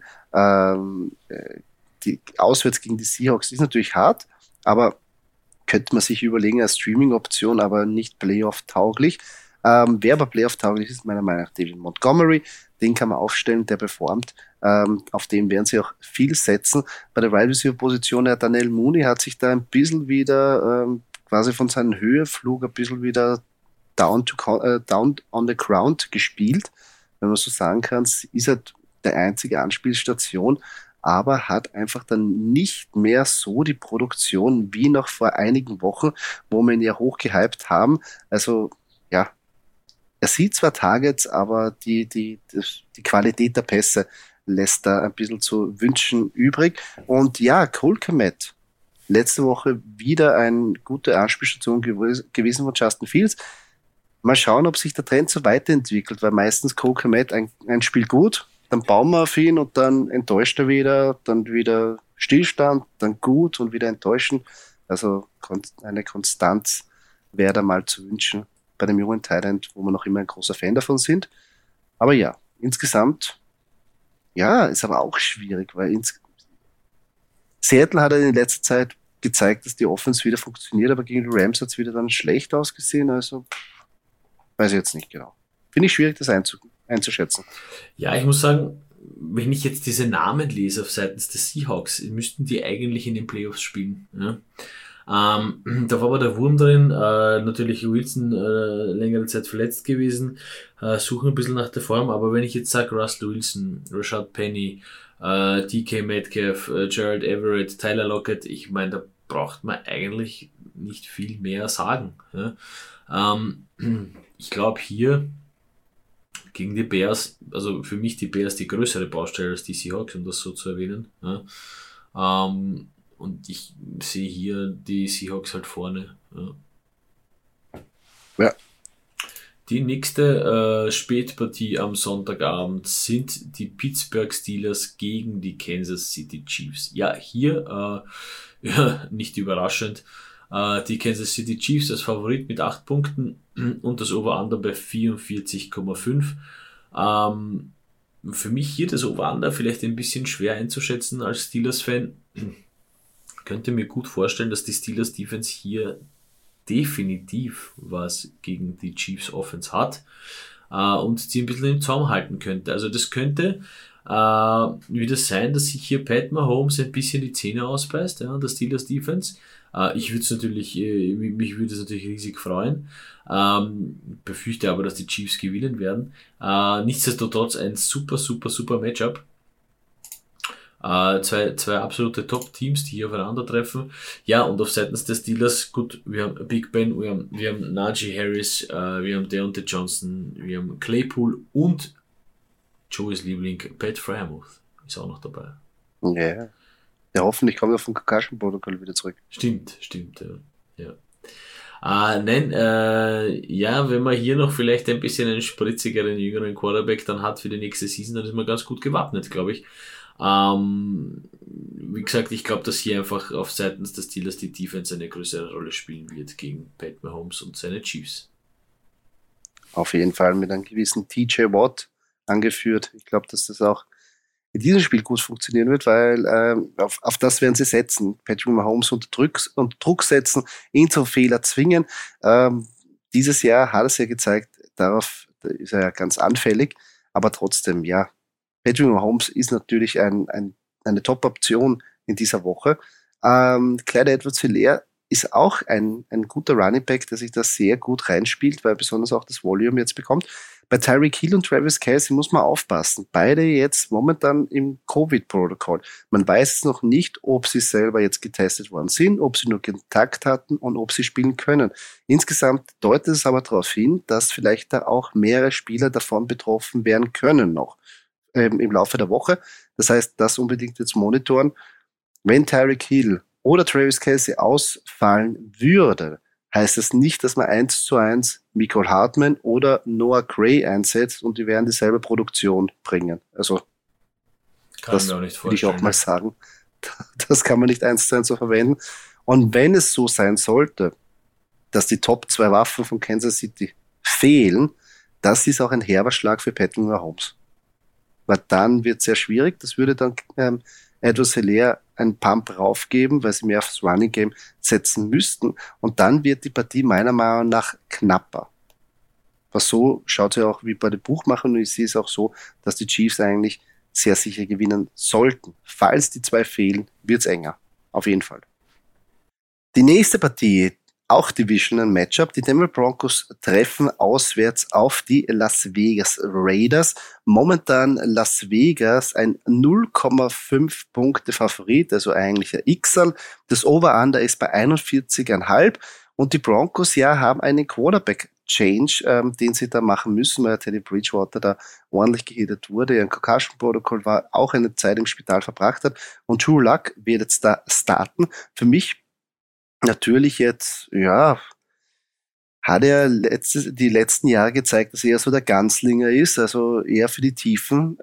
die auswärts gegen die Seahawks, ist natürlich hart, aber könnte man sich überlegen als Streaming-Option, aber nicht Playoff-tauglich. Wer aber Playoff-tauglich ist, meiner Meinung nach David Montgomery. Den kann man aufstellen, der performt. Auf den werden sie auch viel setzen. Bei der Wide Receiver-Position, der Daniel Mooney hat sich da ein bisschen wieder quasi von seinem Höheflug ein bisschen wieder down on the ground gespielt. Wenn man so sagen kann, ist er der einzige Anspielstation, aber hat einfach dann nicht mehr so die Produktion wie noch vor einigen Wochen, wo wir ihn ja hochgehypt haben. Also, ja, er sieht zwar Targets, aber die Qualität der Pässe lässt da ein bisschen zu wünschen übrig. Und ja, Cole Kmet, letzte Woche wieder eine gute Anspielstation gewesen von Justin Fields. Mal schauen, ob sich der Trend so weiterentwickelt, weil meistens Cole Kmet ein Spiel gut, dann bauen wir auf ihn und dann enttäuscht er wieder, dann wieder Stillstand, dann gut und wieder enttäuschen. Also eine Konstanz wäre da mal zu wünschen bei dem jungen Thailand, wo wir noch immer ein großer Fan davon sind. Aber ja, insgesamt, ja, ist aber auch schwierig, weil Seattle hat in letzter Zeit gezeigt, dass die Offense wieder funktioniert, aber gegen die Rams hat es wieder dann schlecht ausgesehen, also weiß ich jetzt nicht genau. Finde ich schwierig, das einzuschätzen. Ja, ich muss sagen, wenn ich jetzt diese Namen lese auf seitens des Seahawks, müssten die eigentlich in den Playoffs spielen. Ja? Da war aber der Wurm drin, natürlich Wilson längere Zeit verletzt gewesen, suchen ein bisschen nach der Form, aber wenn ich jetzt sage Russell Wilson, Rashad Penny, DK Metcalf, Gerald Everett, Tyler Lockett, ich meine, da braucht man eigentlich nicht viel mehr sagen. Ja? Ich glaube hier gegen die Bears, also für mich die Bears die größere Baustelle als die Seahawks, um das so zu erwähnen. Ja. Und ich sehe hier die Seahawks halt vorne. Ja. Die nächste Spätpartie am Sonntagabend sind die Pittsburgh Steelers gegen die Kansas City Chiefs. Ja, hier ja, nicht überraschend. Die Kansas City Chiefs als Favorit mit 8 Punkten und das Over-Under bei 44,5. Für mich hier das Over-Under vielleicht ein bisschen schwer einzuschätzen als Steelers-Fan. Könnte mir gut vorstellen, dass die Steelers Defense hier definitiv was gegen die Chiefs Offense hat und sie ein bisschen im Zaum halten könnte. Also das könnte wieder sein, dass sich hier Pat Mahomes ein bisschen die Zähne ausbeißt, ja, der Steelers Defense. Ich würde es natürlich, mich würde es natürlich riesig freuen. Befürchte aber, dass die Chiefs gewinnen werden. Nichtsdestotrotz ein super Matchup. Zwei absolute Top-Teams, die hier aufeinandertreffen. Ja, und auf seitens des Steelers, gut, wir haben Big Ben, wir haben Najee Harris, wir haben Deontay Johnson, wir haben Claypool und Joeys Liebling Pat Freiermuth ist auch noch dabei. Ja. Ja, hoffentlich kommt er vom Concussion-Protokoll wieder zurück. Stimmt, ja. Ja, wenn man hier noch vielleicht ein bisschen einen spritzigeren, jüngeren Quarterback dann hat für die nächste Season, dann ist man ganz gut gewappnet, glaube ich. Wie gesagt, ich glaube, dass hier einfach auf seitens des Steelers die Defense eine größere Rolle spielen wird gegen Pat Mahomes und seine Chiefs. Auf jeden Fall mit einem gewissen TJ Watt angeführt. Ich glaube, dass das auch in diesem Spiel gut funktionieren wird, weil auf das werden sie setzen. Patrick Mahomes unter Druck setzen, ihn zum Fehler zwingen. Dieses Jahr hat es ja gezeigt, darauf ist er ja ganz anfällig, aber trotzdem, ja, Patrick Mahomes ist natürlich eine Top-Option in dieser Woche. Clyde Edwards-Helaire ist auch ein guter Running Back, der sich da sehr gut reinspielt, weil er besonders auch das Volume jetzt bekommt. Bei Tyreek Hill und Travis Kelce muss man aufpassen. Beide jetzt momentan im Covid-Protokoll. Man weiß noch nicht, ob sie selber jetzt getestet worden sind, ob sie nur Kontakt hatten und ob sie spielen können. Insgesamt deutet es aber darauf hin, dass vielleicht da auch mehrere Spieler davon betroffen werden können noch im Laufe der Woche. Das heißt, das unbedingt jetzt monitoren. Wenn Tyreek Hill oder Travis Kelce ausfallen würde, heißt das nicht, dass man 1:1 Mecole Hardman oder Noah Gray einsetzt und die werden dieselbe Produktion bringen. Also kann das würde ich auch mal sagen. Das kann man nicht 1:1 so verwenden. Und wenn es so sein sollte, dass die Top 2 Waffen von Kansas City fehlen, das ist auch ein herber Schlag für Patrick Mahomes. Weil dann wird es sehr schwierig. Das würde dann Edwards-Helaire einen Pump raufgeben, weil sie mehr aufs Running Game setzen müssten. Und dann wird die Partie meiner Meinung nach knapper. Was so schaut ja auch wie bei den Buchmachern und ich sehe es auch so, dass die Chiefs eigentlich sehr sicher gewinnen sollten. Falls die 2 fehlen, wird es enger. Auf jeden Fall. Die nächste Partie, auch Divisional Matchup. Die Denver Broncos treffen auswärts auf die Las Vegas Raiders. Momentan Las Vegas ein 0,5 Punkte Favorit, also eigentlich ein Xerl. Das Over-Under ist bei 41,5 und die Broncos haben einen Quarterback-Change, den sie da machen müssen, weil Teddy Bridgewater da ordentlich gehittet wurde. Ein Concussion-Protokoll war auch eine Zeit im Spital verbracht hat und Drew Luck wird jetzt da starten. Für mich natürlich jetzt, hat er die letzten Jahre gezeigt, dass er so der Ganzlinger ist, also eher für die Tiefen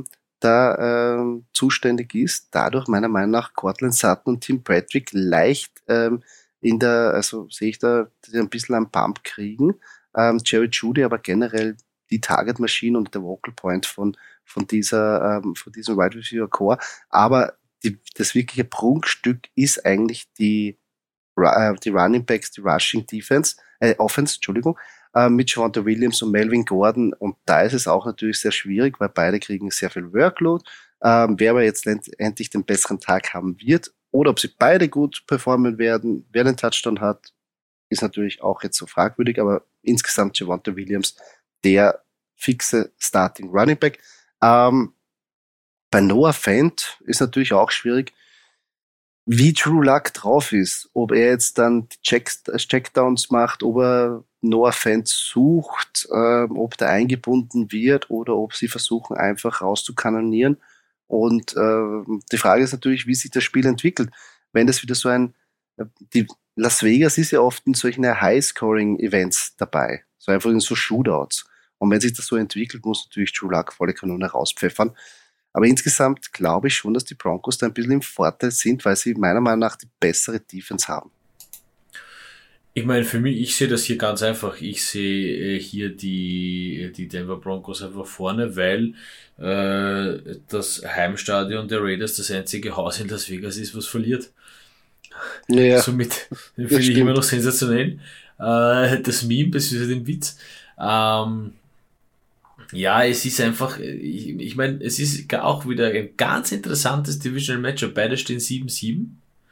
zuständig ist. Dadurch meiner Meinung nach Courtland Sutton und Tim Patrick leicht also sehe ich da ein bisschen einen Pump kriegen. Jerry Jeudy aber generell die Target-Maschine und der Vocal Point von diesem Wide Receiver Core. Aber das wirkliche Prunkstück ist eigentlich die Running Backs, die Rushing Offense, mit Javonte Williams und Melvin Gordon. Und da ist es auch natürlich sehr schwierig, weil beide kriegen sehr viel Workload. Wer aber jetzt endlich den besseren Tag haben wird oder ob sie beide gut performen werden, wer den Touchdown hat, ist natürlich auch jetzt so fragwürdig, aber insgesamt Javonte Williams der fixe Starting Running Back. Bei Noah Fant ist natürlich auch schwierig, wie Drew Luck drauf ist, ob er jetzt dann Checkdowns macht, ob er Noah Fant sucht, ob der eingebunden wird oder ob sie versuchen einfach rauszukanonieren. Und die Frage ist natürlich, wie sich das Spiel entwickelt. Wenn das wieder die Las Vegas ist ja oft in solchen High-Scoring-Events dabei, so einfach in so Shootouts. Und wenn sich das so entwickelt, muss natürlich Drew Luck volle Kanone rauspfeffern. Aber insgesamt glaube ich schon, dass die Broncos da ein bisschen im Vorteil sind, weil sie meiner Meinung nach die bessere Defense haben. Ich meine, für mich, ich sehe das hier ganz einfach. Ich sehe hier die Denver Broncos einfach vorne, weil das Heimstadion der Raiders das einzige Haus in Las Vegas ist, was verliert. Ja, Somit finde ich immer noch sensationell. Das Meme, das ist den Witz. Ja, es ist einfach, ich meine, es ist auch wieder ein ganz interessantes Divisional Matchup. Beide stehen 7-7.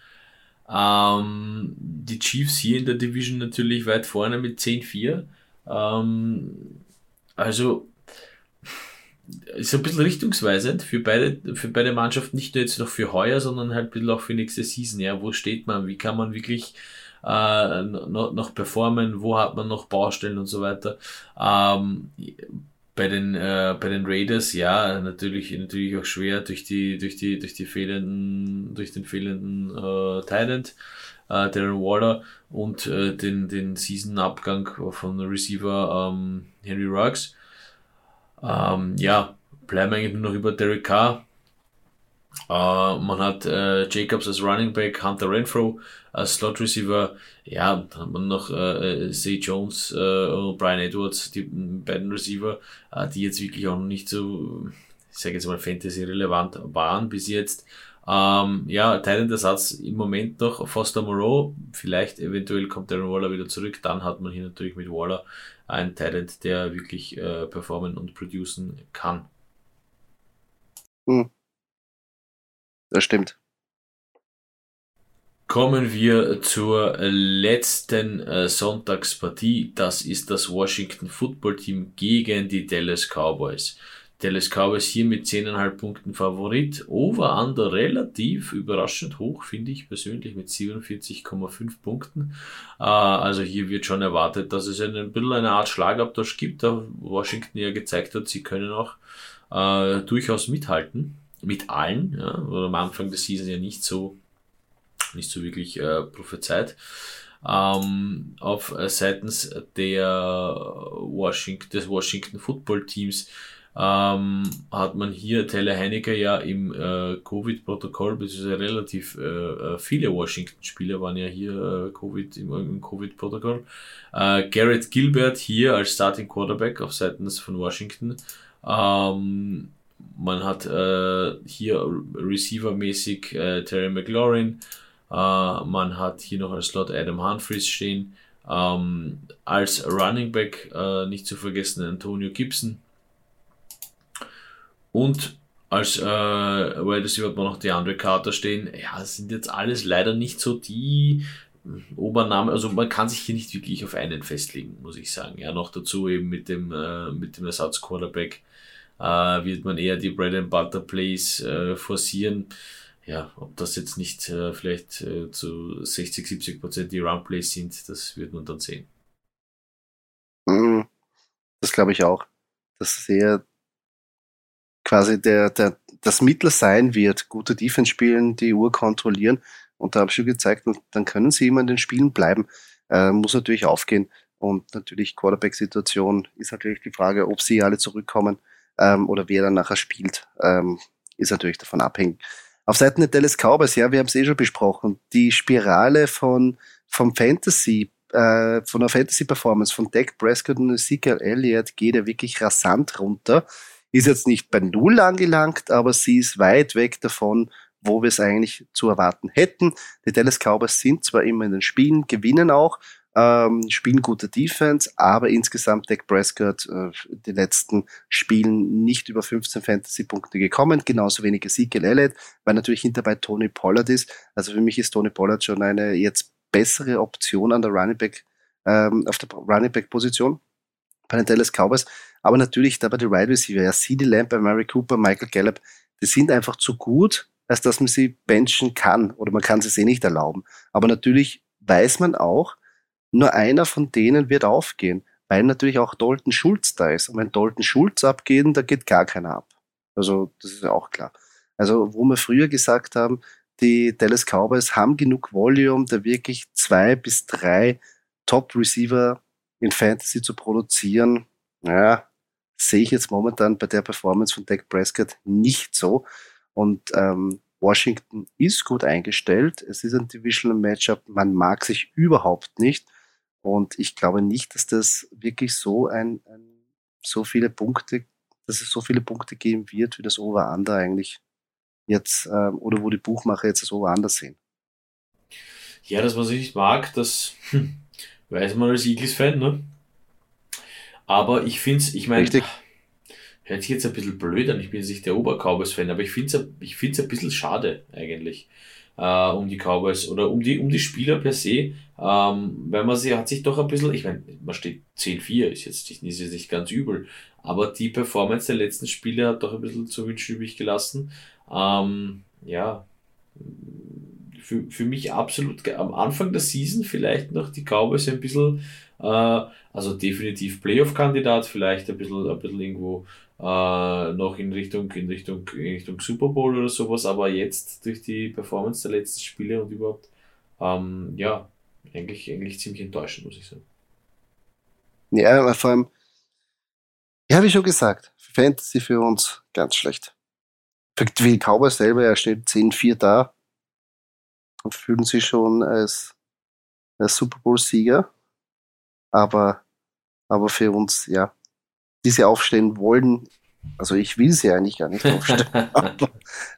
Die Chiefs hier in der Division natürlich weit vorne mit 10-4. Also, ist ein bisschen richtungsweisend für beide Mannschaften, nicht nur jetzt noch für heuer, sondern halt ein bisschen auch für nächste Season. Ja, wo steht man? Wie kann man wirklich noch performen? Wo hat man noch Baustellen und so weiter? Bei den Raiders, ja, natürlich auch schwer durch den fehlenden Tight End, Darren Waller und den Season-Abgang von Receiver Henry Ruggs. Ja, bleiben eigentlich nur noch über Derek Carr. Man hat Jacobs als Running Back, Hunter Renfrow als Slot Receiver. Ja, dann hat man noch Zay Jones und Brian Edwards, die beiden Receiver, die jetzt wirklich auch noch nicht so, ich sage jetzt mal, Fantasy-relevant waren bis jetzt. Ja, Tight-End-Ersatz im Moment noch Foster Moreau. Vielleicht, eventuell kommt Darren Waller wieder zurück. Dann hat man hier natürlich mit Waller einen Tight-End, der wirklich performen und producen kann. Das stimmt. Kommen wir zur letzten Sonntagspartie. Das ist das Washington Football Team gegen die Dallas Cowboys. Dallas Cowboys hier mit 10,5 Punkten Favorit. Over-Under relativ überraschend hoch, finde ich persönlich, mit 47,5 Punkten. Also hier wird schon erwartet, dass es ein bisschen eine Art Schlagabtausch gibt, da Washington ja gezeigt hat, sie können auch durchaus mithalten. Mit allen, ja, oder am Anfang der Season ja nicht so wirklich prophezeit. Auf seitens des Washington Football Teams hat man hier Taylor Heinicke ja im Covid-Protokoll, beziehungsweise relativ viele Washington-Spieler waren ja hier im Covid-Protokoll. Garrett Gilbert hier als Starting Quarterback auf seitens von Washington. Man hat hier Receiver-mäßig Terry McLaurin. Man hat hier noch als Slot Adam Humphries stehen. Als Running Back nicht zu vergessen Antonio Gibson. Und als Wide Receiver hat man noch DeAndre Carter stehen. Ja, das sind jetzt alles leider nicht so die Obernamen. Also man kann sich hier nicht wirklich auf einen festlegen, muss ich sagen. Ja, noch dazu eben mit dem Ersatz-Quarterback wird man eher die Bread and Butter Plays forcieren. Ja, ob das jetzt nicht vielleicht zu 60-70% die Run Plays sind, das wird man dann sehen. Das glaube ich auch. Dass sehr quasi das Mittel sein wird, gute Defense spielen, die Uhr kontrollieren, und da habe ich schon gezeigt, und dann können sie immer in den Spielen bleiben. Muss natürlich aufgehen, und natürlich Quarterback-Situation ist natürlich die Frage, ob sie alle zurückkommen oder wer dann nachher spielt, ist natürlich davon abhängig. Auf Seiten der Dallas Cowboys, ja, wir haben es schon besprochen, die Spirale von der Fantasy-Performance von Dak Prescott und Ezekiel Elliott geht ja wirklich rasant runter. Ist jetzt nicht bei 0 angelangt, aber sie ist weit weg davon, wo wir es eigentlich zu erwarten hätten. Die Dallas Cowboys sind zwar immer in den Spielen, gewinnen auch, spielen gute Defense, aber insgesamt Dak Prescott die letzten Spielen nicht über 15 Fantasy-Punkte gekommen, genauso wenig Ezekiel Elliott, weil natürlich hinterbei Tony Pollard ist. Also für mich ist Tony Pollard schon eine jetzt bessere Option an der Running Back, auf der Running Back-Position bei den Dallas Cowboys. Aber natürlich da bei den Wide Receiver, ja, CeeDee Lamb, Mary Cooper, Michael Gallup, die sind einfach zu gut, als dass man sie benchen kann, oder man kann sie nicht erlauben. Aber natürlich weiß man auch, nur einer von denen wird aufgehen, weil natürlich auch Dalton Schultz da ist. Und wenn Dalton Schultz abgeht, da geht gar keiner ab. Also das ist ja auch klar. Also wo wir früher gesagt haben, die Dallas Cowboys haben genug Volume, da wirklich 2 bis 3 Top-Receiver in Fantasy zu produzieren, ja, sehe ich jetzt momentan bei der Performance von Dak Prescott nicht so. Und Washington ist gut eingestellt. Es ist ein Divisional Matchup. Man mag sich überhaupt nicht. Und ich glaube nicht, dass das wirklich so viele Punkte geben wird, wie das Over-Under eigentlich jetzt, oder wo die Buchmacher jetzt das Over-Under sehen. Ja, das, was ich nicht mag, das weiß man als Eagles-Fan, ne? Aber ich find's, hört sich jetzt ein bisschen blöd an, ich bin jetzt nicht der Ober-Cowboys-Fan, aber ich find's ein bisschen schade eigentlich. um die Cowboys oder um die Spieler per se, weil hat sich doch ein bisschen, ich meine, man steht 10-4, ist jetzt nicht ganz übel, aber die Performance der letzten Spiele hat doch ein bisschen zu wünschen übrig gelassen. Ja, für mich absolut am Anfang der Season vielleicht noch die Cowboys ein bisschen, also definitiv Playoff-Kandidat, vielleicht ein bisschen irgendwo noch in Richtung Super Bowl oder sowas, aber jetzt durch die Performance der letzten Spiele und überhaupt, ja, eigentlich ziemlich enttäuschend, muss ich sagen. Ja, vor allem, ja, wie schon gesagt, Fantasy für uns ganz schlecht. Für die Cowboys selber, er steht 10-4 da und fühlen sich schon als Super Bowl-Sieger, aber für uns, ja, die sie aufstehen wollen, also ich will sie eigentlich gar nicht aufstellen, aber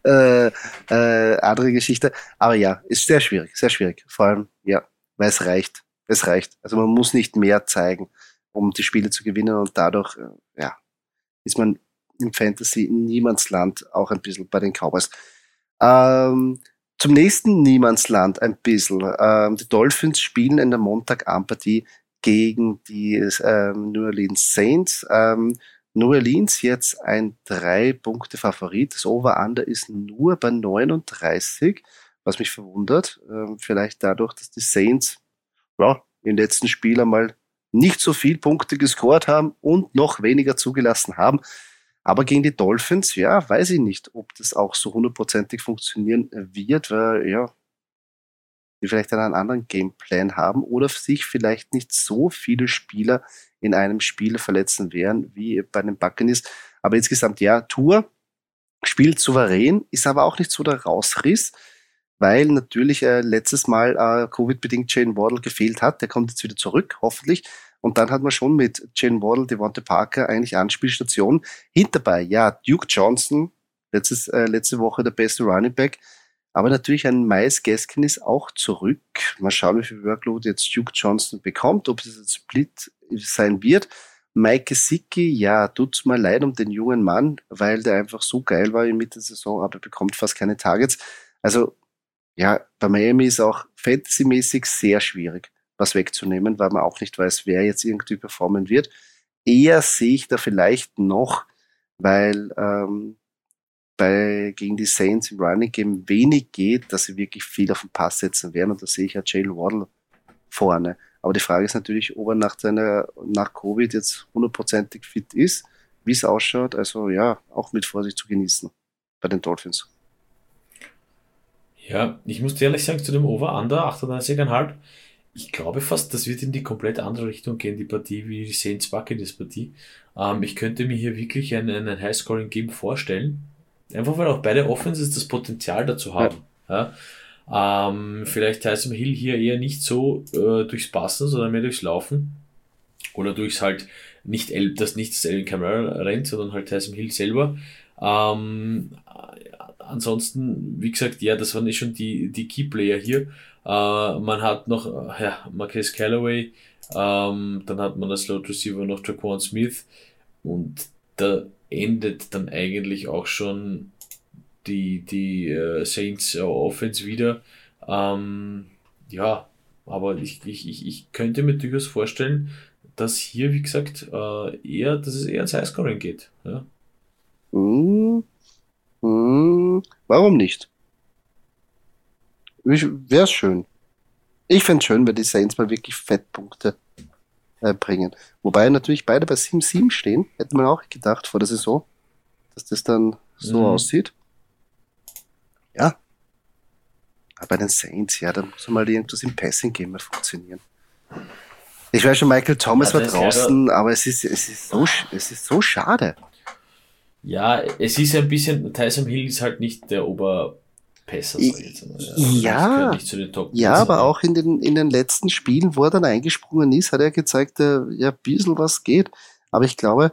andere Geschichte. Aber ja, ist sehr schwierig. Vor allem, ja, weil es reicht. Also man muss nicht mehr zeigen, um die Spiele zu gewinnen und dadurch, ja, ist man im Fantasy in Niemandsland auch ein bisschen bei den Cowboys. Zum nächsten Niemandsland ein bisschen. Die Dolphins spielen in der Montagabendpartie gegen die New Orleans Saints. New Orleans jetzt ein 3-Punkte-Favorit. Das Over-Under ist nur bei 39, was mich verwundert. Vielleicht dadurch, dass die Saints im letzten Spiel einmal nicht so viel Punkte gescored haben und noch weniger zugelassen haben. Aber gegen die Dolphins, ja, weiß ich nicht, ob das auch so 100%ig funktionieren wird, weil, ja, die vielleicht einen anderen Gameplan haben oder sich vielleicht nicht so viele Spieler in einem Spiel verletzen werden, wie bei den Buccaneers. Aber insgesamt, ja, Tour spielt souverän, ist aber auch nicht so der Rausriss, weil natürlich letztes Mal Covid-bedingt Jalen Waddle gefehlt hat. Der kommt jetzt wieder zurück, hoffentlich. Und dann hat man schon mit Jalen Waddle, Devontae Parker eigentlich Anspielstationen. Hinterbei, ja, Duke Johnson, letzte Woche der beste Running Back. Aber natürlich ein Myles Gaskin ist auch zurück. Mal schauen, wie viel Workload jetzt Duke Johnson bekommt, ob es ein Split sein wird. Mike Gesicki, ja, tut's mir leid um den jungen Mann, weil der einfach so geil war in Mitte der Saison, aber bekommt fast keine Targets. Also, ja, bei Miami ist auch fantasymäßig sehr schwierig, was wegzunehmen, weil man auch nicht weiß, wer jetzt irgendwie performen wird. Eher sehe ich da vielleicht noch, weil gegen die Saints im Running Game wenig geht, dass sie wirklich viel auf den Pass setzen werden, und da sehe ich ja Jalen Waddle vorne. Aber die Frage ist natürlich, ob er nach Covid jetzt 100%ig fit ist, wie es ausschaut. Also ja, auch mit Vorsicht zu genießen bei den Dolphins. Ja, ich muss dir ehrlich sagen, zu dem Over-Under 38,5, ich glaube fast, das wird in die komplett andere Richtung gehen, die Partie, wie die Saints Buccaneers Partie. Ich könnte mir hier wirklich einen High-Scoring-Game vorstellen. Einfach weil auch beide Offenses das Potenzial dazu haben. Ja. Vielleicht Taysom Hill hier eher nicht so durchs Passen, sondern mehr durchs Laufen. Oder durchs halt nicht das Alvin Kamara rennt, sondern halt Taysom Hill selber. Ansonsten, wie gesagt, ja, das waren schon die Key-Player hier. Man hat noch Marquez Callaway, dann hat man als Slot Receiver noch Jaquan Smith, und da endet dann eigentlich auch schon die Saints Offense wieder. Ja, aber ich könnte mir durchaus vorstellen, dass hier, wie gesagt, dass es eher ins Highscoring geht. Ja. Warum nicht? Wäre es schön. Ich fände es schön, wenn die Saints mal wirklich Fettpunkte bringen. Wobei natürlich beide bei 7-7 stehen. Hätte man auch gedacht vor der Saison, dass das dann so aussieht. Ja. Aber bei den Saints, ja, da muss mal irgendwas im Passing-Game mal funktionieren. Ich weiß schon, Michael Thomas war draußen, aber es ist so schade. Ja, es ist ein bisschen, Taysom Hill ist halt nicht der Oberpässer, sag ich jetzt mal. Ja, nicht zu den Top aber auch in den letzten Spielen, wo er dann eingesprungen ist, hat er gezeigt, ein bisschen was geht. Aber ich glaube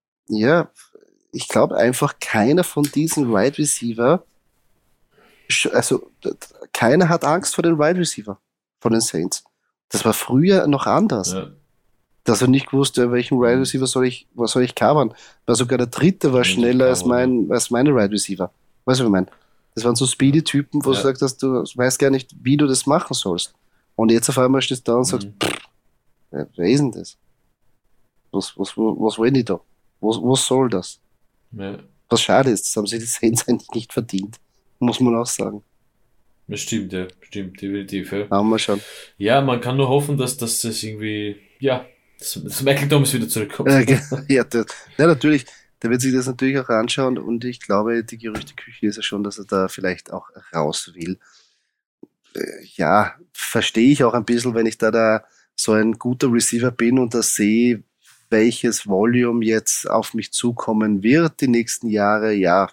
einfach, keiner von diesen Wide Receiver, also keiner hat Angst vor den Wide Receiver von den Saints. Das war früher noch anders. Ja. Dass er nicht wusste, welchen Wide Receiver soll ich covern. Weil sogar der dritte war schneller als meine Wide Receiver. Weißt du, was ich meine? Das waren so Speedy-Typen, wo du sagst, dass du weißt gar nicht, wie du das machen sollst. Und jetzt auf einmal stehst du da und sagst, wer ist denn das? Was wollen die da? Was soll das? Ja. Was schade ist, das haben sie die Saints eigentlich nicht verdient. Muss man auch sagen. Das stimmt, ja. Stimmt, definitiv. Ja, Haben wir schon. ja, man kann nur hoffen, dass das irgendwie, dass Michael Thomas wieder zurückkommt. Ja, natürlich. Der wird sich das natürlich auch anschauen und ich glaube, die Gerüchteküche ist ja schon, dass er da vielleicht auch raus will. Ja, verstehe ich auch ein bisschen, wenn ich da so ein guter Receiver bin und da sehe, welches Volume jetzt auf mich zukommen wird die nächsten Jahre. Ja.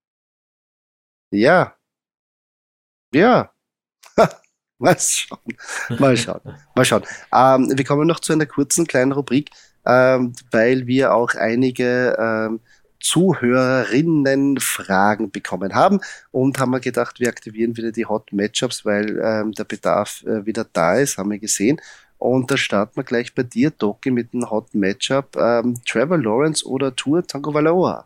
Mal schauen. Wir kommen noch zu einer kurzen kleinen Rubrik, weil wir auch einige Zuhörerinnen-Fragen bekommen haben und haben wir gedacht, wir aktivieren wieder die Hot Matchups, weil der Bedarf wieder da ist, haben wir gesehen. Und da starten wir gleich bei dir, Doki, mit einem Hot Matchup. Trevor Lawrence oder Tua Tagovailoa?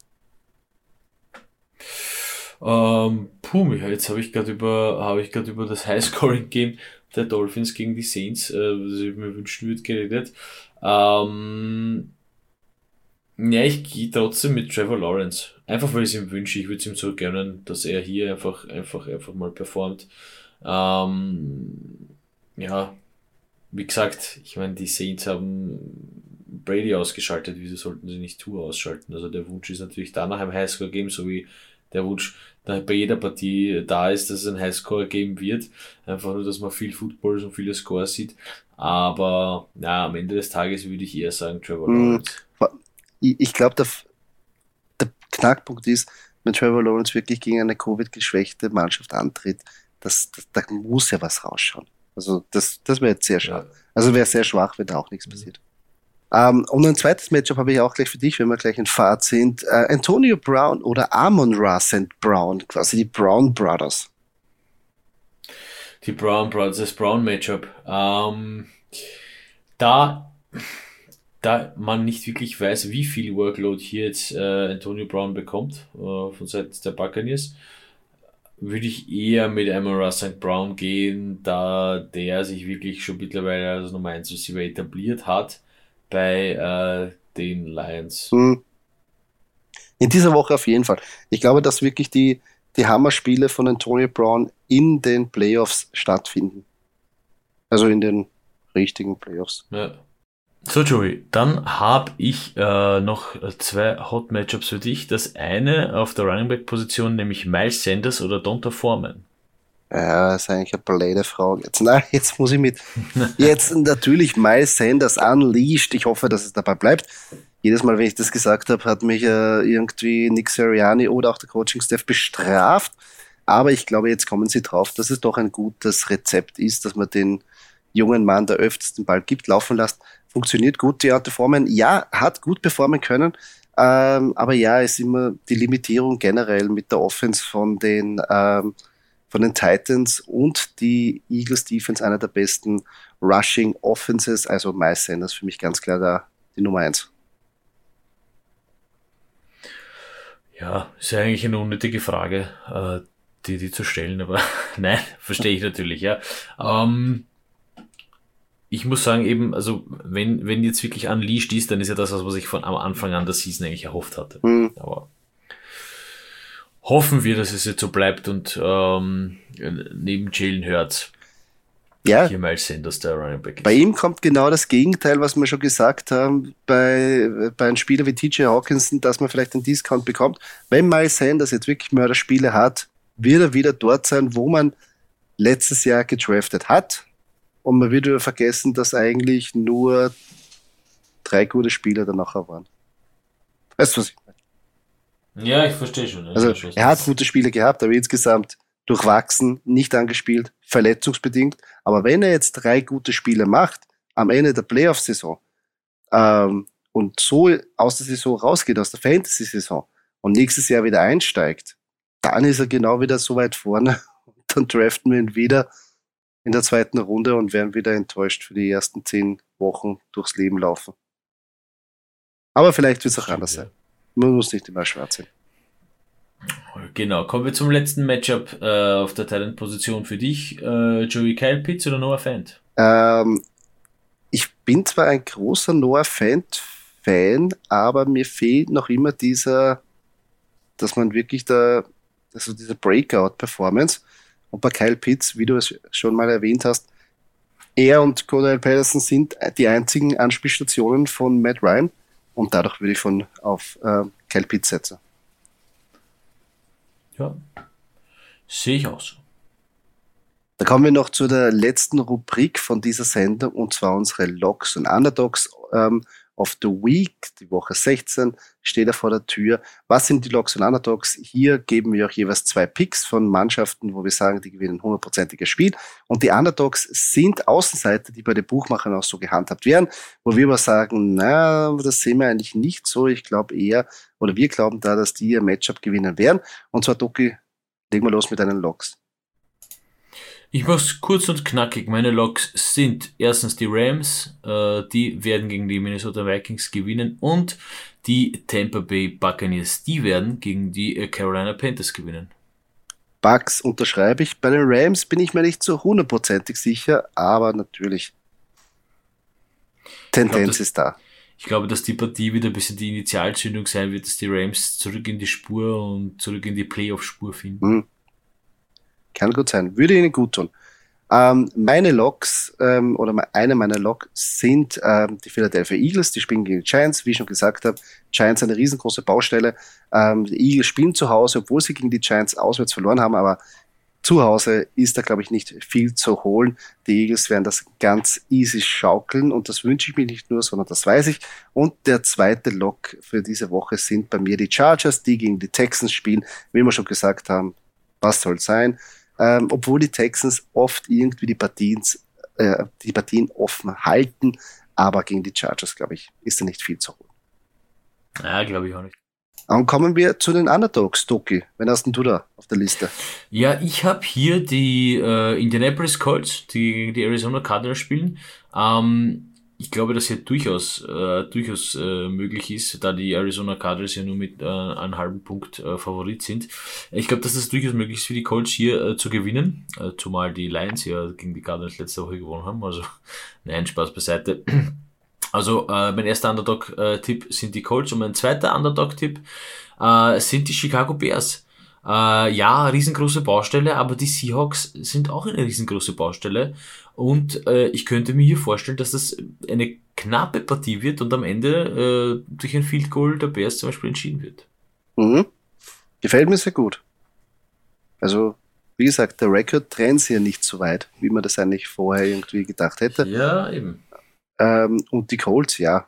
Jetzt habe ich gerade über das High-Scoring-Game der Dolphins gegen die Saints, was ich mir wünschen würde, geredet. Ich gehe trotzdem mit Trevor Lawrence. Einfach weil ich es ihm wünsche. Ich würde es ihm so gönnen, dass er hier einfach mal performt. Wie gesagt, ich meine, die Saints haben Brady ausgeschaltet. Wieso sollten sie nicht Tua ausschalten? Also der Wunsch ist natürlich da nach einem Highscore-Game, so wie der Wunsch da bei jeder Partie da ist, dass es ein Highscore geben wird. Einfach nur, dass man viel Footballs und viele Scores sieht. Aber ja, am Ende des Tages würde ich eher sagen Trevor Lawrence. Ich glaube, der Knackpunkt ist, wenn Trevor Lawrence wirklich gegen eine Covid-geschwächte Mannschaft antritt, da muss ja was rausschauen. Also das wäre jetzt sehr schade. Ja. Also wäre sehr schwach, wenn da auch nichts passiert. Und ein zweites Matchup habe ich auch gleich für dich, wenn wir gleich in Fahrt sind. Antonio Brown oder Amon-Ra St. Brown, quasi die Brown Brothers. Die Brown Brothers, das Brown Matchup. Da man nicht wirklich weiß, wie viel Workload hier jetzt Antonio Brown bekommt von Seiten der Buccaneers, würde ich eher mit Amon-Ra St. Brown gehen, da der sich wirklich schon mittlerweile als Nummer 1 Receiver etabliert hat bei den Lions. In dieser Woche auf jeden Fall. Ich glaube, dass wirklich die Hammerspiele von Antonio Brown in den Playoffs stattfinden. Also in den richtigen Playoffs. Ja. So, Joey, dann habe ich noch zwei Hot Matchups für dich. Das eine auf der Running Back Position, nämlich Miles Sanders oder Donta Foreman. Ja, das ist eigentlich eine blöde Frage. Jetzt muss ich jetzt natürlich Miles Sanders unleashed. Ich hoffe, dass es dabei bleibt. Jedes Mal, wenn ich das gesagt habe, hat mich irgendwie Nick Sirianni oder auch der Coaching-Staff bestraft. Aber ich glaube, jetzt kommen sie drauf, dass es doch ein gutes Rezept ist, dass man den jungen Mann, der öfters den Ball gibt, laufen lässt. Funktioniert gut. Deontay Foreman, ja, hat gut performen können. Aber ja, ist immer die Limitierung generell mit der Offense von den Titans und die Eagles Defense, einer der besten Rushing Offenses. Also Miles Sanders für mich ganz klar die Nummer 1. Ja, ist ja eigentlich eine unnötige Frage, die zu stellen, aber nein, verstehe ich natürlich, ja. Ich muss sagen eben, also wenn jetzt wirklich unleashed ist, dann ist ja das, was ich von am Anfang an der Season eigentlich erhofft hatte. Aber hoffen wir, dass es jetzt so bleibt und neben Jalen Hurts hier Miles Sanders der Running Back ist. Bei ihm kommt genau das Gegenteil, was wir schon gesagt haben, bei einem Spieler wie TJ Hawkinson, dass man vielleicht einen Discount bekommt. Wenn Miles Sanders jetzt wirklich Mörderspiele hat, wird er wieder dort sein, wo man letztes Jahr gedraftet hat. Und man wird vergessen, dass eigentlich nur 3 gute Spieler danach waren. Weißt du, was ich meine? Ja, ich verstehe schon. Also er hat gute Spiele gehabt, aber insgesamt durchwachsen, nicht angespielt, verletzungsbedingt. Aber wenn er jetzt 3 gute Spiele macht, am Ende der Playoff-Saison und so aus der Saison rausgeht, aus der Fantasy-Saison und nächstes Jahr wieder einsteigt, dann ist er genau wieder so weit vorne. Dann draften wir ihn wieder in der 2. Runde und werden wieder enttäuscht für die ersten 10 Wochen durchs Leben laufen. Aber vielleicht wird es auch anders sein. Man muss nicht immer schwarz sein. Genau, kommen wir zum letzten Matchup auf der Talent-Position für dich. Joey Kyle Pitts oder Noah Fant? Ich bin zwar ein großer Noah Fant-Fan, aber mir fehlt noch immer dass man wirklich also diese Breakout-Performance. Und bei Kyle Pitts, wie du es schon mal erwähnt hast, er und Cordell Patterson sind die einzigen Anspielstationen von Matt Ryan und dadurch würde ich auf Kyle Pitts setzen. Ja, sehe ich auch so. Da kommen wir noch zu der letzten Rubrik von dieser Sendung und zwar unsere Locks und Underdogs of the Week. Die Woche 16 steht er vor der Tür. Was sind die Locks und Underdogs? Hier geben wir auch jeweils 2 Picks von Mannschaften, wo wir sagen, die gewinnen 100%iges Spiel. Und die Underdogs sind Außenseiter, die bei den Buchmachern auch so gehandhabt werden, wo wir aber sagen, das sehen wir eigentlich nicht so. Ich glaube eher, oder wir glauben da, dass die ihr Matchup gewinnen werden. Und zwar, Doki, legen wir los mit deinen Locks. Ich mach's kurz und knackig. Meine Locks sind erstens die Rams, die werden gegen die Minnesota Vikings gewinnen und die Tampa Bay Buccaneers, die werden gegen die Carolina Panthers gewinnen. Bucks unterschreibe ich. Bei den Rams bin ich mir nicht so 100%ig sicher, aber natürlich Tendenz ist da. Ich glaube, dass die Partie wieder ein bisschen die Initialzündung sein wird, dass die Rams zurück in die Spur und zurück in die Playoff-Spur finden. Kann gut sein. Würde ihnen gut tun. Meine Locks oder eine meiner Locks sind die Philadelphia Eagles. Die spielen gegen die Giants. Wie ich schon gesagt habe, Giants eine riesengroße Baustelle. Die Eagles spielen zu Hause, obwohl sie gegen die Giants auswärts verloren haben, aber zu Hause ist da, glaube ich, nicht viel zu holen. Die Eagles werden das ganz easy schaukeln und das wünsche ich mir nicht nur, sondern das weiß ich. Und der zweite Lock für diese Woche sind bei mir die Chargers, die gegen die Texans spielen. Wie wir schon gesagt haben, was soll sein? Obwohl die Texans oft irgendwie die Partien offen halten, aber gegen die Chargers, glaube ich, ist da nicht viel zu holen. Ja, glaube ich auch nicht. Und kommen wir zu den Underdogs, Doki. Wen hast denn du da auf der Liste? Ja, ich habe hier die Indianapolis Colts, die gegen die Arizona Cardinals spielen. Ich glaube, dass hier durchaus möglich ist, da die Arizona Cardinals ja nur mit einem halben Punkt Favorit sind. Ich glaube, dass das durchaus möglich ist für die Colts hier zu gewinnen, zumal die Lions ja gegen die Cardinals letzte Woche gewonnen haben. Also, nein, Spaß beiseite. Also, mein erster Underdog-Tipp sind die Colts und mein zweiter Underdog-Tipp sind die Chicago Bears. Ja, riesengroße Baustelle, aber die Seahawks sind auch eine riesengroße Baustelle und ich könnte mir hier vorstellen, dass das eine knappe Partie wird und am Ende durch ein Field Goal der Bears zum Beispiel entschieden wird. Gefällt mir sehr gut. Also, wie gesagt, der Rekord trennt hier nicht so weit, wie man das eigentlich vorher irgendwie gedacht hätte. Ja, eben. Und die Colts, ja,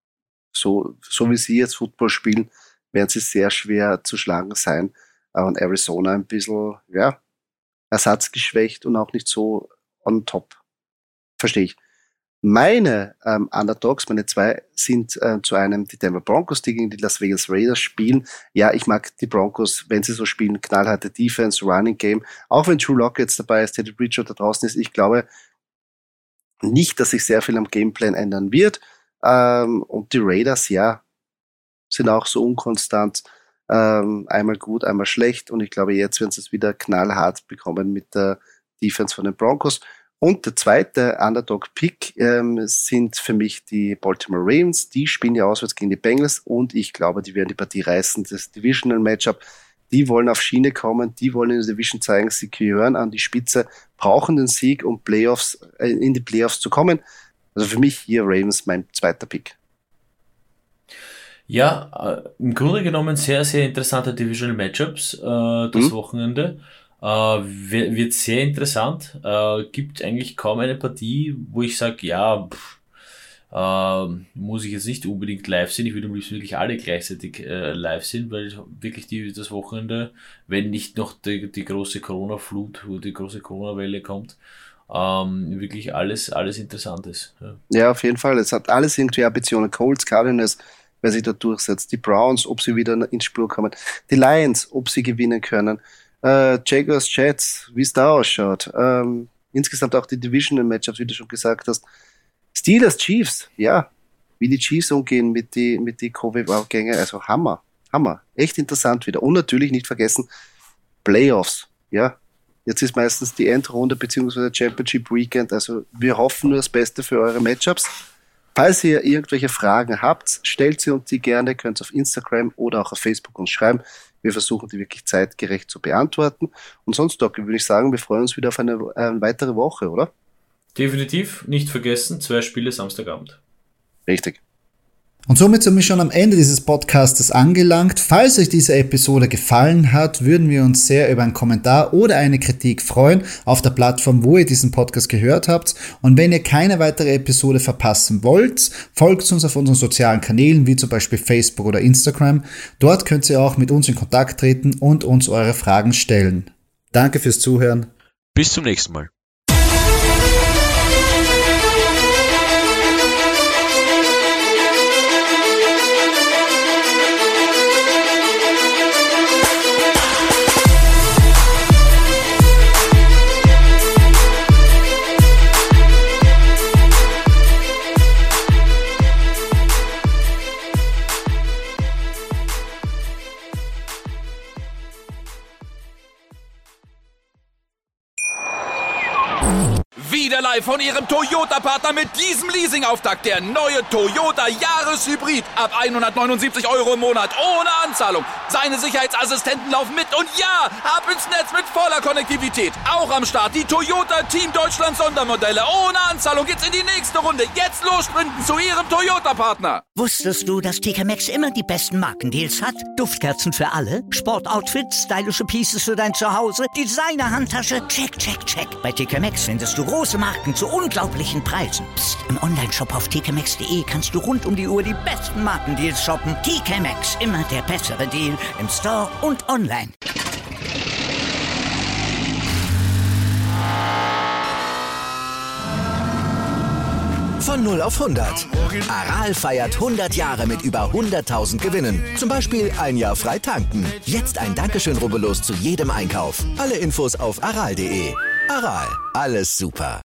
so wie sie jetzt Football spielen, werden sie sehr schwer zu schlagen sein. Und Arizona ein bisschen, ja, ersatzgeschwächt und auch nicht so on top. Verstehe ich. Meine Underdogs, meine 2, sind zu einem die Denver Broncos, die gegen die Las Vegas Raiders spielen. Ja, ich mag die Broncos, wenn sie so spielen, knallharte Defense, Running Game. Auch wenn Drew Lock jetzt dabei ist, Teddy Bridgewater draußen ist, ich glaube nicht, dass sich sehr viel am Gameplan ändern wird. Und die Raiders, ja, sind auch so unkonstant. Einmal gut, einmal schlecht. Und ich glaube, jetzt werden sie es wieder knallhart bekommen mit der Defense von den Broncos. Und der zweite Underdog-Pick sind für mich die Baltimore Ravens. Die spielen ja auswärts gegen die Bengals und ich glaube, die werden die Partie reißen. Das Divisional Matchup, die wollen auf Schiene kommen, die wollen in der Division zeigen, sie gehören an die Spitze, brauchen den Sieg, um in die Playoffs zu kommen. Also für mich hier Ravens mein zweiter Pick. Ja, im Grunde genommen sehr, sehr interessante Divisional Matchups das Wochenende. Wird sehr interessant. Gibt eigentlich kaum eine Partie, wo ich sage, ja, muss ich jetzt nicht unbedingt live sehen. Ich würde am liebsten wirklich alle gleichzeitig live sehen, weil wirklich das Wochenende, wenn nicht noch die große Corona-Flut, wo die große Corona-Welle kommt, wirklich alles interessant ist. Ja, auf jeden Fall. Es hat alles irgendwie Ambitionen. Colts, Cardinals, wer sich da durchsetzt. Die Browns, ob sie wieder ins Spiel kommen. Die Lions, ob sie gewinnen können. Jaguars, Jets, wie es da ausschaut. Insgesamt auch die Divisional-Matchups, wie du schon gesagt hast. Steelers, Chiefs, ja. Wie die Chiefs umgehen mit die Covid-Gänge. Also Hammer. Echt interessant wieder. Und natürlich nicht vergessen, Playoffs, ja. Jetzt ist meistens die Endrunde bzw. Championship Weekend, also wir hoffen nur das Beste für eure Matchups. Falls ihr irgendwelche Fragen habt, stellt sie uns die gerne, könnt ihr auf Instagram oder auch auf Facebook uns schreiben. Wir versuchen die wirklich zeitgerecht zu beantworten. Und sonst, Doc, würde ich sagen, wir freuen uns wieder auf eine weitere Woche, oder? Definitiv, nicht vergessen, 2 Spiele Samstagabend. Richtig. Und somit sind wir schon am Ende dieses Podcastes angelangt. Falls euch diese Episode gefallen hat, würden wir uns sehr über einen Kommentar oder eine Kritik freuen auf der Plattform, wo ihr diesen Podcast gehört habt. Und wenn ihr keine weitere Episode verpassen wollt, folgt uns auf unseren sozialen Kanälen, wie zum Beispiel Facebook oder Instagram. Dort könnt ihr auch mit uns in Kontakt treten und uns eure Fragen stellen. Danke fürs Zuhören. Bis zum nächsten Mal. Wieder live von Ihrem Toyota-Partner mit diesem Leasing-Auftakt. Der neue Toyota Jahreshybrid. Ab 179 € im Monat. Ohne Anzahlung. Seine Sicherheitsassistenten laufen mit. Und ja, ab ins Netz mit voller Konnektivität. Auch am Start die Toyota Team Deutschland Sondermodelle. Ohne Anzahlung geht's in die nächste Runde. Jetzt los sprinten zu Ihrem Toyota-Partner. Wusstest du, dass TK Maxx immer die besten Markendeals hat? Duftkerzen für alle, Sportoutfits, stylische Pieces für dein Zuhause, Designer-Handtasche, check, check, check. Bei TK Maxx findest du große Marken zu unglaublichen Preisen. Psst. Im Onlineshop auf tkmaxx.de kannst du rund um die Uhr die besten Markendeals shoppen. TK Maxx, immer der bessere Deal im Store und online. Von 0 auf 100. Aral feiert 100 Jahre mit über 100.000 Gewinnen. Zum Beispiel ein Jahr frei tanken. Jetzt ein Dankeschön, rubbellos zu jedem Einkauf. Alle Infos auf aral.de. Aral, alles super.